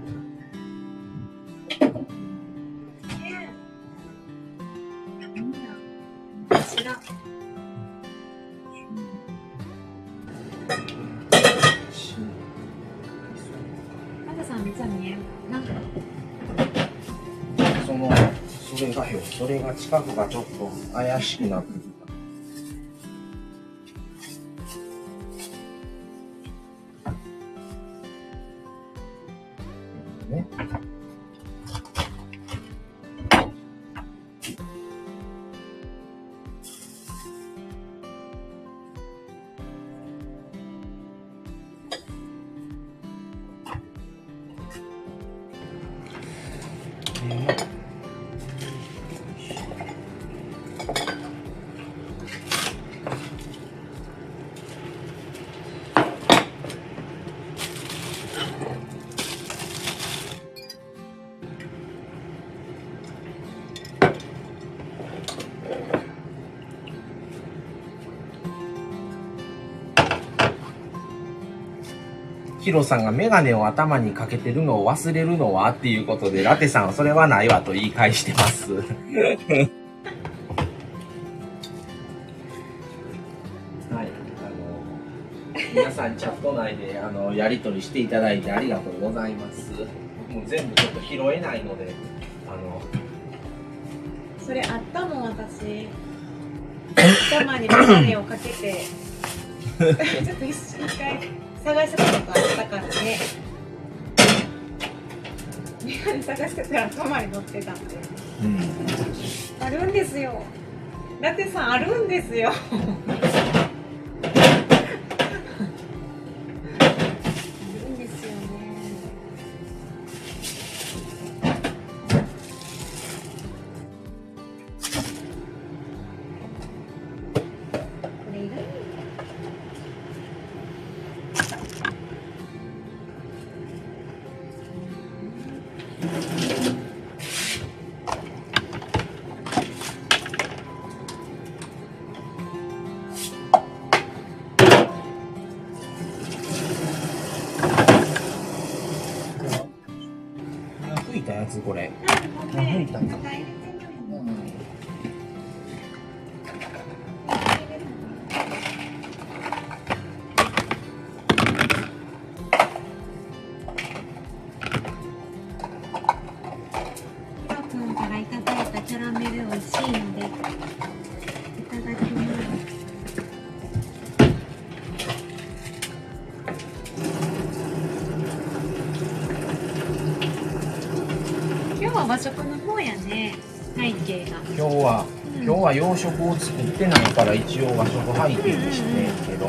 知らん。マサさん、実は見える。なんか。
それが近くがちょっと怪しくなってきた。ね。ヒロさんがメガネを頭にかけてるのを忘れるのはっていうことで、ラテさんはそれはないわと言い返してます。はい、皆さんチャット内でやり取りしていただいてありがとうございます。もう全部ちょっと拾えないので、
それあったもん、私。頭にメガネをかけて、ちょっと一回探したことあったからね。メガネ探してたら頭に乗ってたんで。あるんですよ。ラテさん、あるんですよ。
吹いたやつこれ。吹いたんだ。
いただいたキャラメル美味しいのでいただきます。今日は和食の方やね、背景が。
今日は洋食を作ってないから一応和食背景にしてんけど。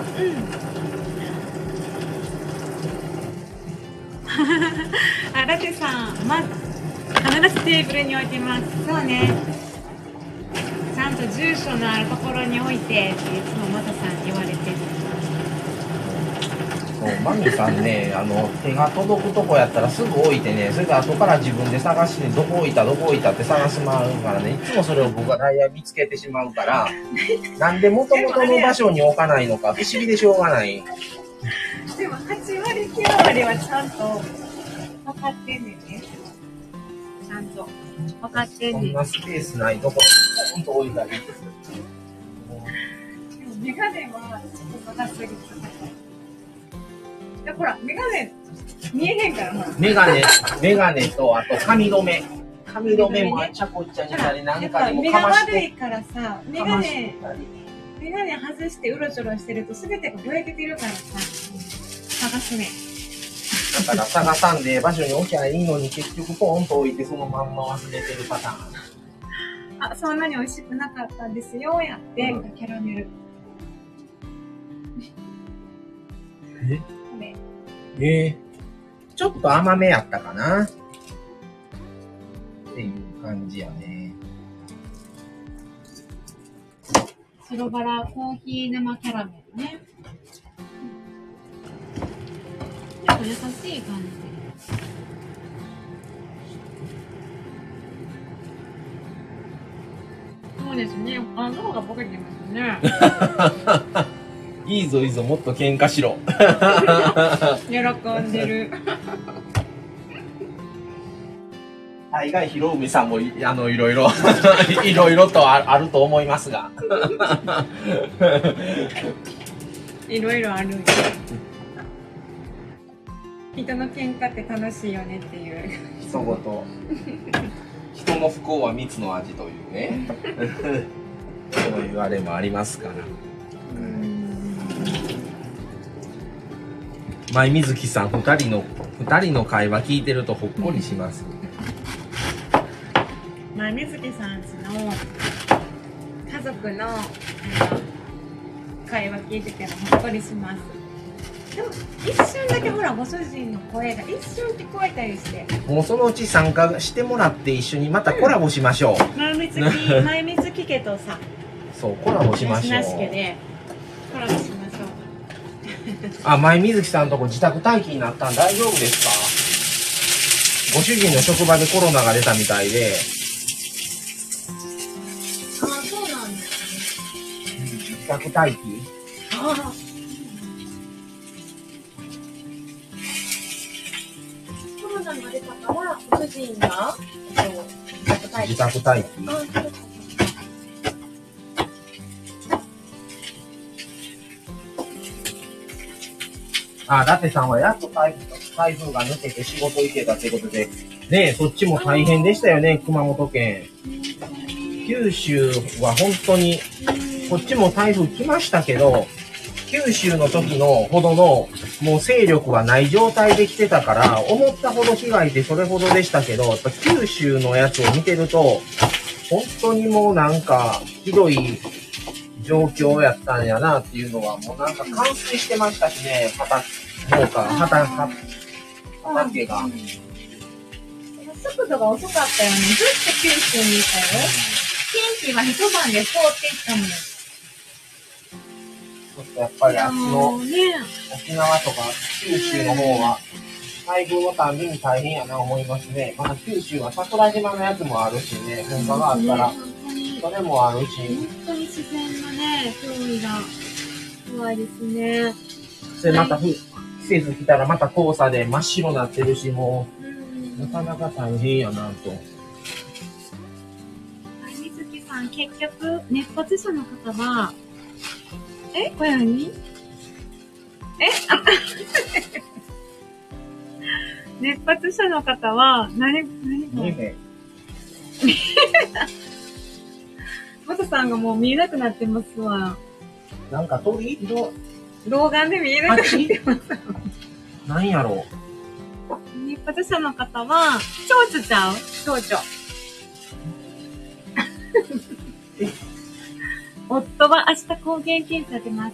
あ、ラテさん、まず必ずテーブルに置いてます。そうね。ちゃんと住所のあるところに置いてっていつもマサさんに言われてる。
そう、マミさんね、手が届くとこやったらすぐ置いてね、それで後から自分で探して、どこ置いたって探しまうからね、いつもそれを僕が大体見つけてしまうから、なんで元々の場所に置かないのか不思議でしょうがない。
でも8割9割はちゃんと分かってんねんね。ちゃんと分かってんねん。
そんなスペースないところにポンと置いたり。で
もメガネはちょっと高すぎる。ほら、メガネ見えへんからほら。メ
ガネとあと髪留めもあっちゃこっちゃにしたりなんかにもかまして。
目が悪いからさ、メガネ外してうろちょろしてると全てがぼやけてるからさ、探すね。
だから探さんで場所に置きゃいいのに結局ポンと置いてそのまんま忘れてるパターン。
あ、そんなに美味しくなかったんですよ、やって、
うん
キャラメル。これ。
ちょっと甘めやったかなっていう感じやね。
白バラコーヒー生キャラメルね。結構優しい感じ。そうですね。あの方がボケてますね。
いいぞいいぞ、もっと喧嘩しろ。
喜んでる。
大概ひろうみさんもいろいろいろとあると思いますが。
いろいろある。人の喧嘩って楽しいよねっていう。
一言。人の不幸は蜜の味というね。そういうあれもありますから。舞水木さん、二人の会話聞いてるとほっこりします。
舞水木さんちの家族の会話聞いててもほっこりします。でも一瞬だけほらご主人の声が一瞬聞こえたりして。
もうそのうち参加してもらって一緒にまたコラボしましょう。
舞水木家とさ。
そうコラボしましょう。
なし家でコラボしましょう。
あ、舞水木さんとこ自宅待機になったん大丈夫ですか？ご主人の職場でコロナが出たみたいで。
ああ、そうなんですね。
自宅待機？
ああ。コロナが出たから、ご主人が
自宅待機。あ、ラテさんはやっと台風が抜けて仕事行けたということで、ねえ、そっちも大変でしたよね、熊本県。九州は本当に、こっちも台風来ましたけど、九州の時のほどの、もう勢力はない状態で来てたから、思ったほど被害ってそれほどでしたけど、やっぱ九州のやつを見てると、本当にもうなんか、ひどい状況やったんやなっていうのは、もうなんか冠水してましたしね、畑が。
速度が遅かったよね。ずっと九州にいたよ。天気は一晩で通っていったもん。
ちょっとやっぱりあっちの沖縄とか九州の方は台風のたんびに大変やな思いますね。まだ九州は桜島のやつもあるしね、噴火があったらそれもあるし。
本当に自然のね、脅威が怖いですね。
で、また季節来たらまた黄砂で真っ白になってるし、もうなかなか大変やなと。
水木さん、結局熱波師の方はこれ何？熱波師の方は何マトさんがもう見えなくなってますわ。
なんか鳥？
老眼で見えなくなってます。
何やろ
う。熱波師の方は蝶々ちゃう？蝶々。夫は明日抗原検査出ます。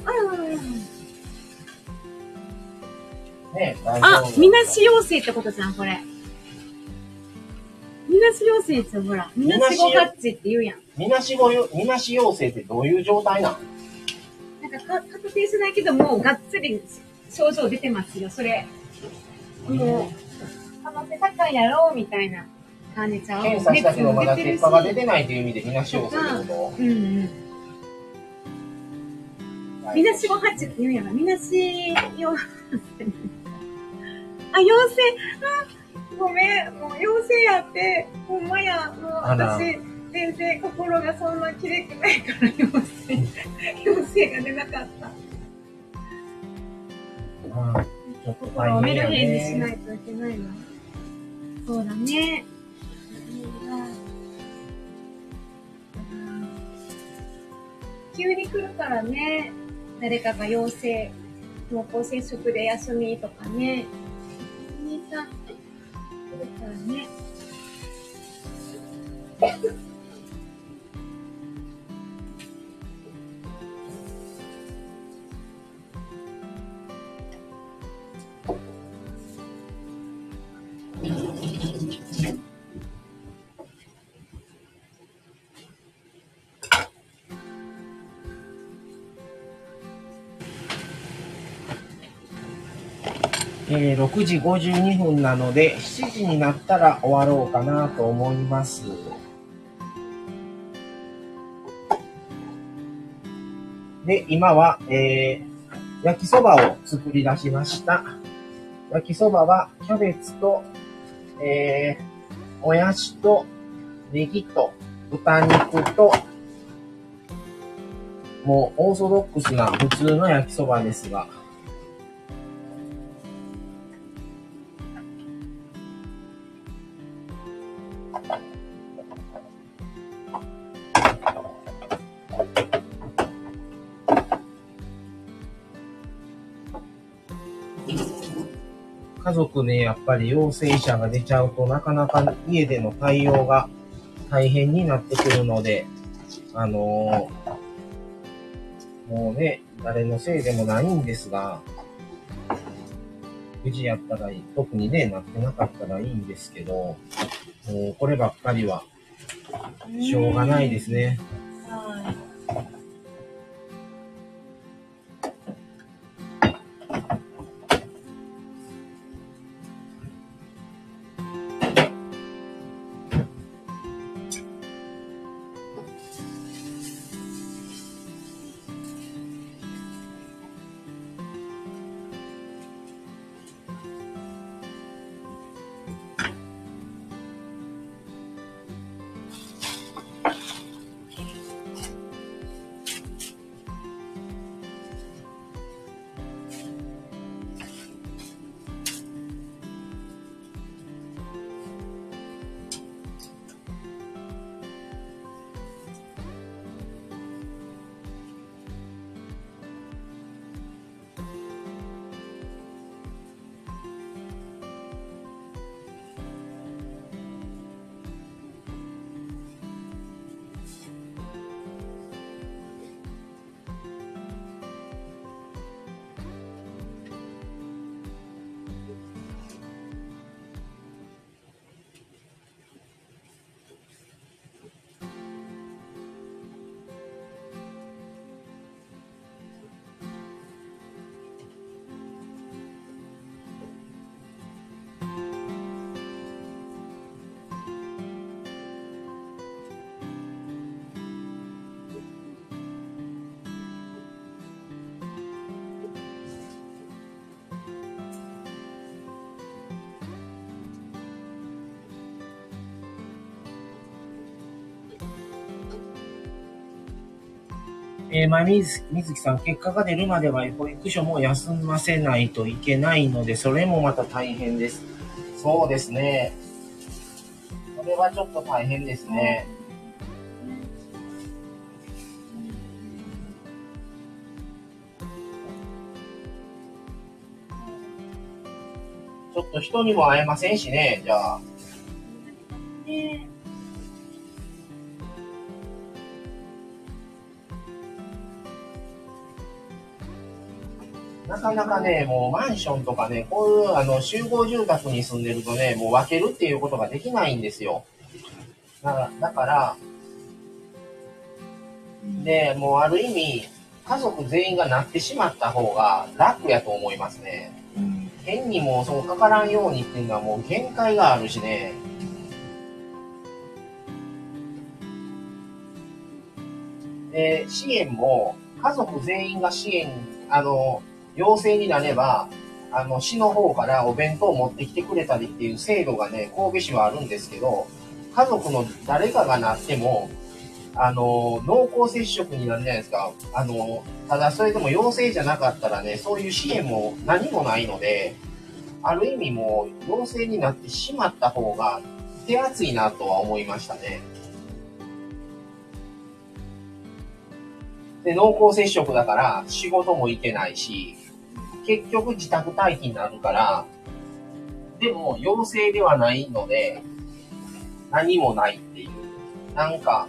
ね、
あ、みなし陽性ってことじゃん、これ。みなし陽性ってほら、みなしごハッチって言うやん。
みなし陽性ってどういう状態なの？
なんか確定しないけども、がっつり症状出てますよ、それ。もう、可能性高いやろうみたいな感じちゃう。
検査したけどまだ結果が出てないという意味でみなし陽性ってこと？
うんうん。みなしごハッチって言うやん。みなし陽性。あ、陽性。あ、ごめん。もう陽性やって。ほんまや。もう私、全然心がそんな綺麗くないから陽性が出なかった。
ちょっと
心をメルヘンにしないといけないな。そうだね。急に来るからね。誰かが陽性、濃厚接触で休みとかね。 ね。
6時52分なので、7時になったら終わろうかなと思います。で、今は、焼きそばを作り出しました。焼きそばは、キャベツと、もやしと、ネギと、豚肉と、もうオーソドックスな普通の焼きそばですが、家族ね、やっぱり陽性者が出ちゃうとなかなか家での対応が大変になってくるので、もうね、誰のせいでもないんですが、無事やったらいい。特にね、なってなかったらいいんですけど、もうこればっかりは、しょうがないですね。
はい。
水木さん、結果が出るまでは保育所も休ませないといけないので、それもまた大変です。そうですね。それはちょっと大変ですね。ちょっと人にも会えませんしね、じゃあ。
ね。
なかなかね、もうマンションとかね、こういう集合住宅に住んでるとね、もう分けるっていうことができないんですよ。だから、で、もうある意味、家族全員がなってしまった方が楽やと思いますね。変にもうそうかからんようにっていうのはもう限界があるしね。で、支援も、家族全員が支援、陽性になれば、市の方からお弁当を持ってきてくれたりっていう制度がね、神戸市はあるんですけど、家族の誰かがなっても、濃厚接触になるじゃないですか。ただそれでも陽性じゃなかったらね、そういう支援も何もないので、ある意味もう陽性になってしまった方が手厚いなとは思いましたね。で、濃厚接触だから仕事も行けないし、結局自宅待機になるから、 でも陽性ではないので、何もないっていう、なんか、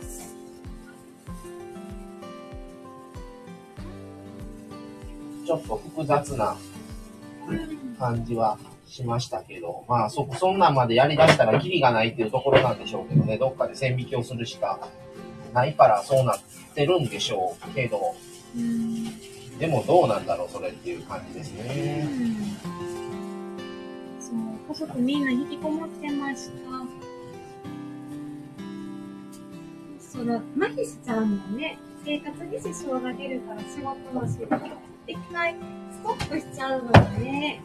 ちょっと複雑な感じはしましたけど、まあそんなんまでやりだしたらキリがないっていうところなんでしょうけどね、どっかで線引きをするしかないからそうなってるんでしょうけど、でもどうなんだろうそれっていう感じですね。
そう、家族みんな引きこもってました。その麻痺しちゃうもんね。生活に支障が出るから仕事の仕事一回ストップしちゃうのよね。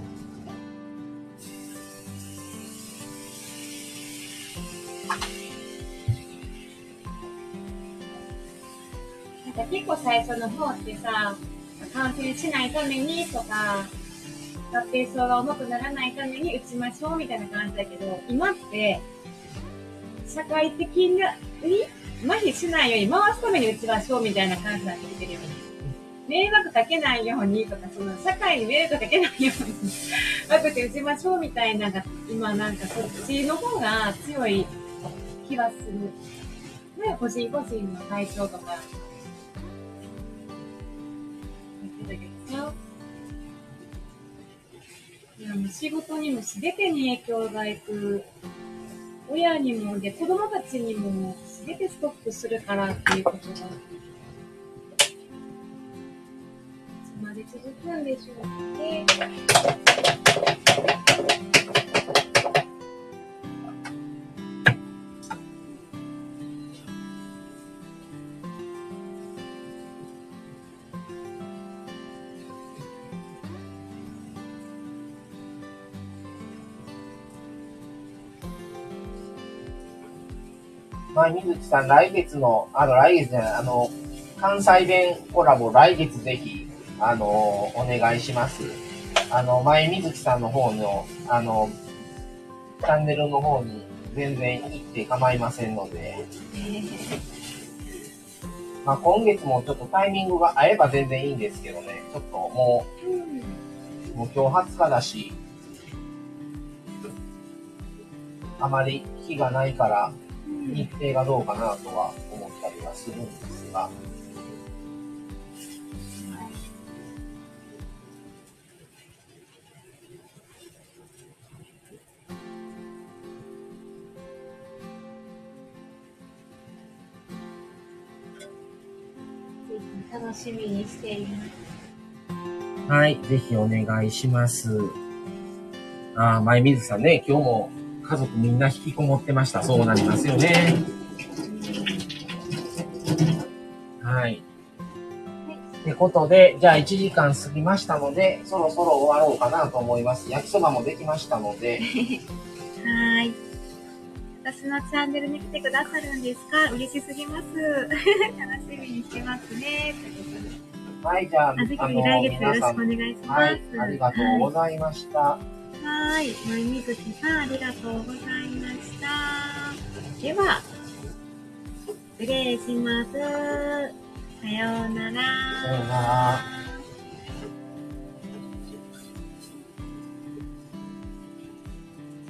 なんか結構最初の方ってさ、感染しないためにとか、合併症が重くならないために打ちましょうみたいな感じだけど、今って社会的に麻痺しないように回すために打ちましょうみたいな感じになってきてるよね。迷惑かけないようにとか、その社会に迷惑かけないようにワクチン打ちましょうみたいなのが今なんかそっちの方が強い気はする。ね、個人個人の体調とか言ってたけどさ、いやもう仕事にも全てに影響がいく。親にもで子供たちにも全てストップするからっていうことがいつまで続くんでしょうね。
水木さん、来月じゃない、関西弁コラボ、来月ぜひ、お願いします。水木さんの方の、チャンネルの方に全然行って構いませんので、まあ、今月もちょっとタイミングが合えば全然いいんですけどね、ちょっともう今日20日だし、あまり日がないから、日程がどうかなとは思ったりはするんですが、
楽しみにしています。
はい、ぜひお願いします。前水さんね、今日も家族みんな引きこもってました。そうなりますよね。はい。ってことで、じゃあ1時間過ぎましたので、そろそろ終わろうかなと思います。焼きそばもできましたので。
はい。私のチャンネルに来てくださるんですか？嬉しすぎます。楽しみにしてますね。
はい、じゃあ、
ぜひ来月よろしくお願いします。はい、
ありがとうございました。
はい、水木さん、ありがとうございました。では、失礼します。さようなら。
さようなら。